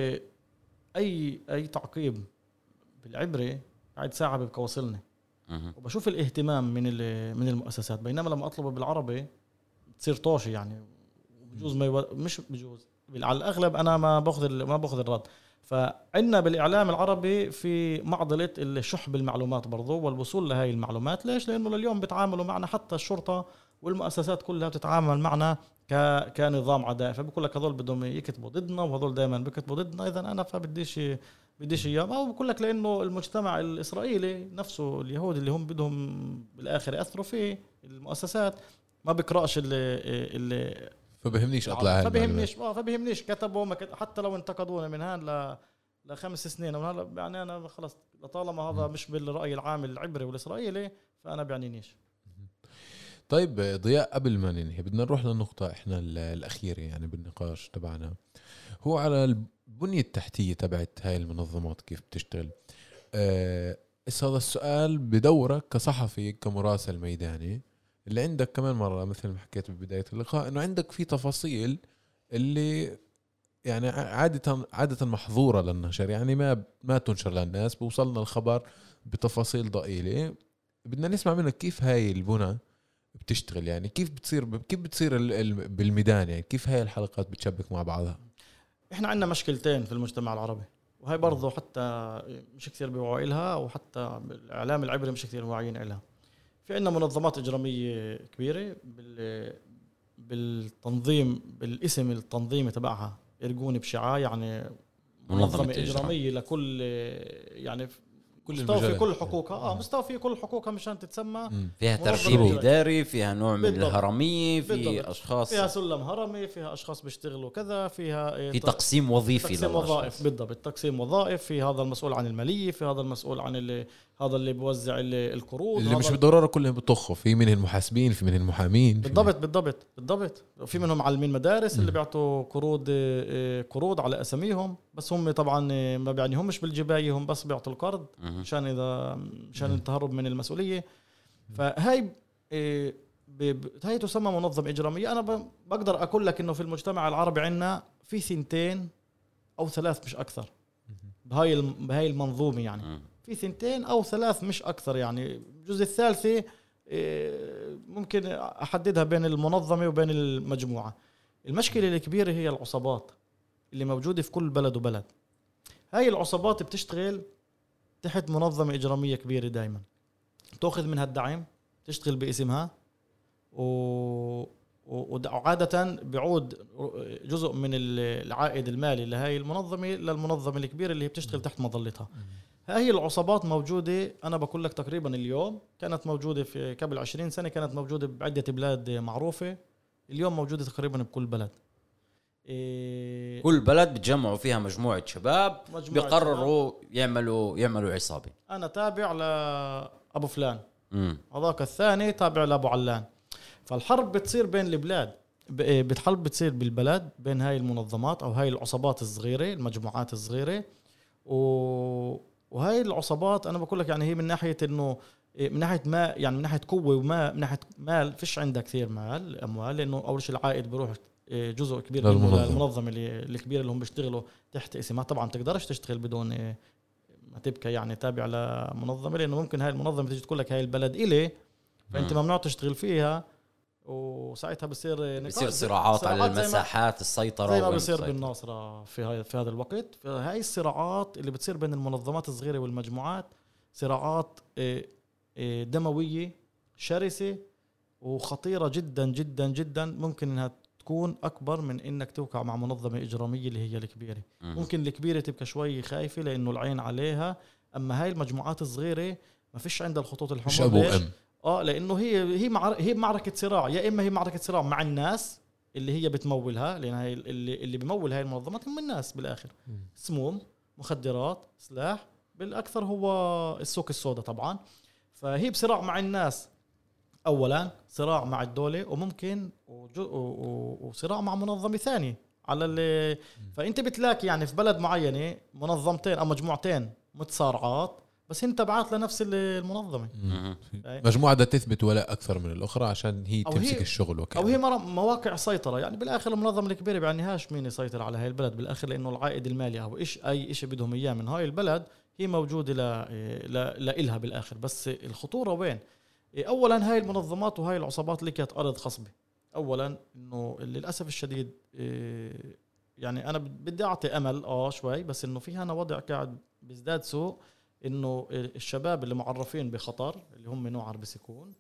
اي تعقيب بالعبري بعد ساعه بيبقى وصلني وبشوف الاهتمام من المؤسسات. بينما لما اطلبه بالعربي تصير طوشي يعني بجوز مش بجوز على الاغلب انا ما باخذ الرد. فعندنا بالاعلام العربي في معضله الشح بالمعلومات برضو والوصول لهي المعلومات. ليش؟ لانه لليوم بيتعاملوا معنا حتى الشرطه والمؤسسات كلها بتتعامل معنا كنظام عدائي. فبقول لك هذول بدهم يكتبوا ضدنا وهذول دائما بيكتبوا ضدنا اذا انا بديش اياه. او بقول لك لانه المجتمع الاسرائيلي نفسه اليهود اللي هم بدهم بالاخر ياثروا فيه المؤسسات ما بيقراش اللي فبهمنيش اطلع فبهمنيش كتبوا حتى لو انتقدونا من هان ل5 سنين يعني انا خلص طالما هذا مش بالراي العام العبري والاسرائيلي فانا بيعنينيش. طيب ضياء قبل ما ننهي بدنا نروح للنقطة احنا الأخيرة يعني بالنقاش تبعنا هو على البنية التحتية تبعت هاي المنظمات كيف بتشتغل. هذا السؤال بدورك كصحفي كمراسل ميداني اللي عندك كمان مرة مثل ما حكيت ببداية اللقاء انه عندك في تفاصيل اللي يعني عادة محظورة للنشر يعني ما تنشر للناس. بوصلنا الخبر بتفاصيل ضئيلة بدنا نسمع منك كيف هاي البنى بتشتغل يعني كيف بتصير بالميدان يعني كيف هاي الحلقات بتشبك مع بعضها. احنا عندنا مشكلتين في المجتمع العربي وهي برضو حتى مش كثير بيوعوا لها وحتى الإعلام العبري مش كثير واعيين لها. في عندنا منظمات إجرامية كبيرة بالتنظيم بالاسم التنظيمي تبعها إرجوني بشعاع يعني منظمة إجرامية لكل يعني مستوفي كل حقوقها مستوفي كل حقوقها مشان تتسمى فيها ترتيب إداري فيها نوع من الهرمية في أشخاص فيها سلم هرمي فيها أشخاص بيشتغلوا كذا فيها في تقسيم وظيفي تقسيم وظائف بالضبط تقسيم وظائف. في هذا المسؤول عن المالية في هذا المسؤول عن هذا اللي بيوزع القروض اللي مش بالضرورة كلهم بيطخوا في منهم المحاسبين في منهم المحامين بالضبط وفي منهم معلمين مدارس اللي بيعطوا قروض على أساميهم بس هم طبعا ما بيعنيهمش بالجباية هم بس بيعطوا القرض عشان التهرب من المسؤولية. فهاي هاي تسمى منظمة إجرامية. أنا بقدر أقول لك إنه في المجتمع العربي عنا في 2 أو 3 مش أكثر بهاي المنظومة يعني في 2 أو 3 مش أكثر يعني الجزء الثالثة ممكن أحددها بين المنظمة وبين المجموعة. المشكلة الكبيرة هي العصابات اللي موجودة في كل بلد وبلد. هاي العصابات بتشتغل تحت منظمة إجرامية كبيرة دايما تأخذ منها الدعم تشتغل باسمها وعادة بيعود جزء من العائد المالي لهاي المنظمة للمنظمة الكبيرة اللي هي بتشتغل تحت مظلتها. هاي العصابات موجودة أنا بقول لك تقريبا اليوم كانت موجودة في قبل 20 سنة كانت موجودة بعدة بلاد معروفة. اليوم موجودة تقريبا بكل بلد. كل بلد بتجمعوا فيها مجموعة شباب بيقرروا يعملوا عصابة. أنا تابع لأبو فلان هذاك الثاني تابع لأبو علان. فالحرب بتصير بين البلاد بتحلب بتصير بالبلد بين هاي المنظمات أو هاي العصابات الصغيرة المجموعات الصغيرة وهاي العصابات أنا بقول لك يعني هي من ناحية إنه من ناحية ما يعني من ناحية قوة وما من ناحية مال فيش عندها كثير أموال لأنه أول شيء العائد بيروح جزء كبير منه للمنظمة الكبيرة اللي هم بيشتغلوا تحت اسمها. طبعا تقدرش تشتغل بدون ما تبقى يعني تابع لمنظمة لأنه ممكن هاي المنظمة تيجي تقول لك هاي البلد إلي فأنت ممنوع تشتغل فيها وساعتها بصير صراعات على المساحات السيطرة زي ما بصير بالناصرة في هذا الوقت. فهاي الصراعات اللي بتصير بين المنظمات الصغيرة والمجموعات صراعات دموية شرسة وخطيرة جدا جدا جدا ممكن انها تكون اكبر من انك توقع مع منظمة اجرامية اللي هي الكبيرة. ممكن الكبيرة تبقى شوي خايفة لانه العين عليها اما هاي المجموعات الصغيرة ما فيش عندها الخطوط الحمراء لانه هي معركة صراع. يا اما هي معركة صراع مع الناس اللي هي بتمولها لان هي اللي بمول هاي المنظمات هم الناس بالاخر سموم مخدرات سلاح بالاكثر هو السوق السوداء طبعا. فهي بصراع مع الناس اولا صراع مع الدوله وممكن وصراع مع منظمه ثانيه على اللي فانت بتلاقي يعني في بلد معينه منظمتين او مجموعتين متصارعات بس انت بعت لنفس المنظمه مجموعه بدها تثبت ولا اكثر من الاخرى عشان هي تمسك الشغل وكذا، او هي مواقع سيطره. يعني بالاخر المنظمه الكبيره بيعنيهاش مين يسيطر على هاي البلد بالاخر، لانه العائد المالي او اي شيء بدهم اياه من هاي البلد هي موجوده لإلها بالاخر. بس الخطوره وين؟ اولا هاي المنظمات وهاي العصابات اللي كانت ارض خصبه. اولا انه للاسف الشديد يعني انا بدي اعطي امل شوي، بس انه في هنا وضع قاعد بيزداد سوء، انه الشباب اللي معرفين بخطر اللي هم نوع عربي سيكون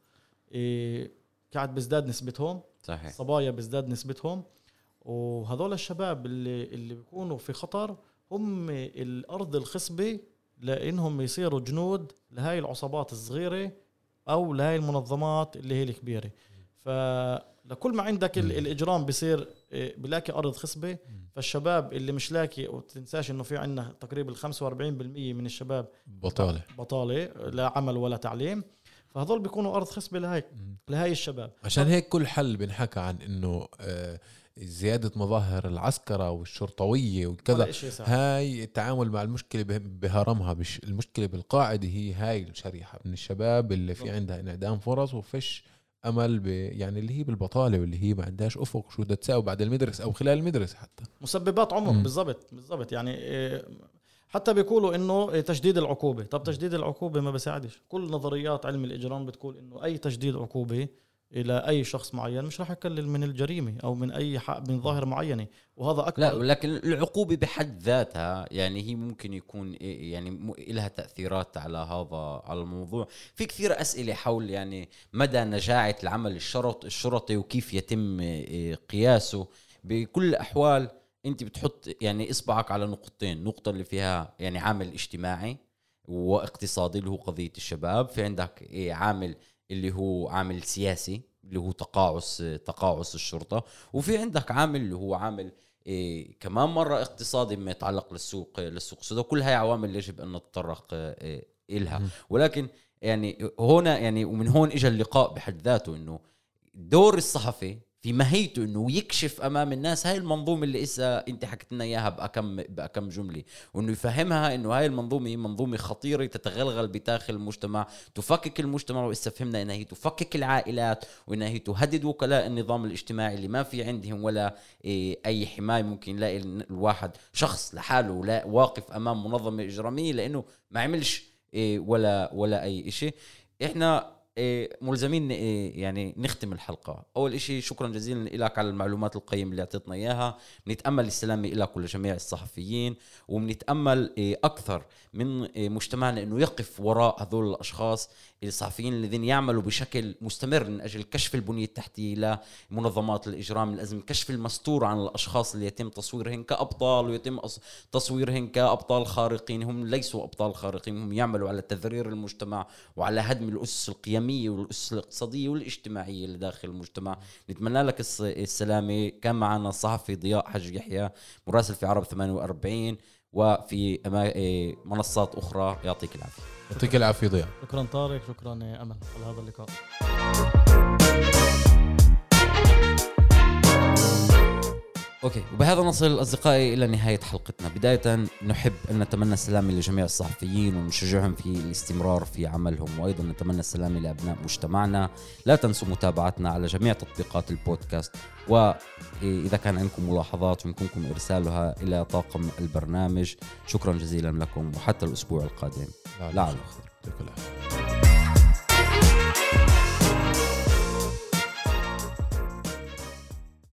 قاعد بيزداد نسبتهم. صحيح. صبايا بيزداد نسبتهم، وهذول الشباب اللي بيكونوا في خطر هم الارض الخصبه لانهم يصيروا جنود لهاي العصابات الصغيره او لهاي المنظمات اللي هي الكبيره. فلكل ما عندك الاجرام بيصير بلاقي ارض خصبه، فالشباب اللي مش لاقي، وتنساش انه في عندنا تقريبا 45% من الشباب بطاله لا عمل ولا تعليم، فهذول بيكونوا ارض خصبه لهاي الشباب. عشان هيك كل حل بنحكى عن انه زيادة مظاهر العسكرة والشرطوية وكذا، هاي التعامل مع المشكلة بهرمها. المشكلة بالقاعدة هي هاي الشريحة من الشباب اللي في عندها انعدام فرص وفش امل يعني اللي هي بالبطاله واللي هي ما عندهاش افق شو بدها تساوي بعد المدرسه او خلال المدرسه، حتى مسببات عمر. بالضبط يعني حتى بيقولوا انه تشديد العقوبه. طب تشديد العقوبه ما بيساعدش. كل نظريات علم الاجرام بتقول انه اي تشديد عقوبه الى اي شخص معين مش راح يقلل من الجريمه او من اي من ظاهره معينه، وهذا اكبر. لا، ولكن العقوبه بحد ذاتها يعني هي ممكن يكون يعني لها تاثيرات على على الموضوع. في كثير اسئله حول يعني مدى نجاعه العمل الشرطي وكيف يتم قياسه. بكل الاحوال انت بتحط يعني اصبعك على نقطتين، نقطه اللي فيها يعني عامل اجتماعي واقتصادي اللي هو قضيه الشباب، في عندك عامل اللي هو عامل سياسي اللي هو تقاعس الشرطة، وفي عندك عامل اللي هو عامل كمان مرة اقتصادي ما يتعلق للسوق السوداء. كل هاي عوامل يجب أن نتطرق إلها. ولكن يعني هنا يعني ومن هون إجا اللقاء بحد ذاته، إنه دور الصحفي في ماهيته انه يكشف امام الناس هاي المنظومه اللي انت حكيت لنا اياها باكم جمله، وانه يفهمها انه هاي المنظومه منظومه خطيره تتغلغل بداخل المجتمع، تفكك المجتمع، واستفهمنا انها هي تفكك العائلات، وانها هي تهدد وكلاء النظام الاجتماعي اللي ما في عندهم ولا اي حمايه. ممكن يلاقي الواحد شخص لحاله لا واقف امام منظمه اجراميه لانه ما عملش ولا اي شيء. احنا ملزمين يعني نختم الحلقة. أول إشي شكرا جزيلا لك على المعلومات القيمة اللي أعطيتنا إياها. بنتأمل السلامة لك ولجميع الصحفيين، وبنتأمل أكثر من مجتمعنا أنه يقف وراء هذول الأشخاص الصحفيين الذين يعملوا بشكل مستمر من أجل كشف البنية التحتية لمنظمات الإجرام. لازم كشف المستور عن الأشخاص اللي يتم تصويرهم كأبطال ويتم تصويرهم كأبطال خارقين. هم ليسوا أبطال خارقين، هم يعملوا على تذرير المجتمع وعلى هدم الأسس القيمية والأسس الاقتصادية والاجتماعية اللي داخل المجتمع. نتمنى لك السلامة. كان معنا الصحفي ضياء حج يحيى، مراسل في عرب 48 وفي منصات أخرى. يعطيك العافية. يعطيك العافية ضياء. شكرا طارق، شكرا أمل على هذا اللقاء. أوكي، وبهذا نصل أصدقائي إلى نهاية حلقتنا. بداية نحب أن نتمنى السلامة لجميع الصحفيين ونشجعهم في الاستمرار في عملهم، وأيضا نتمنى السلامة لأبناء مجتمعنا. لا تنسوا متابعتنا على جميع تطبيقات البودكاست، وإذا كان عندكم ملاحظات يمكنكم إرسالها إلى طاقم البرنامج. شكرا جزيلا لكم، وحتى الأسبوع القادم. لا على خير.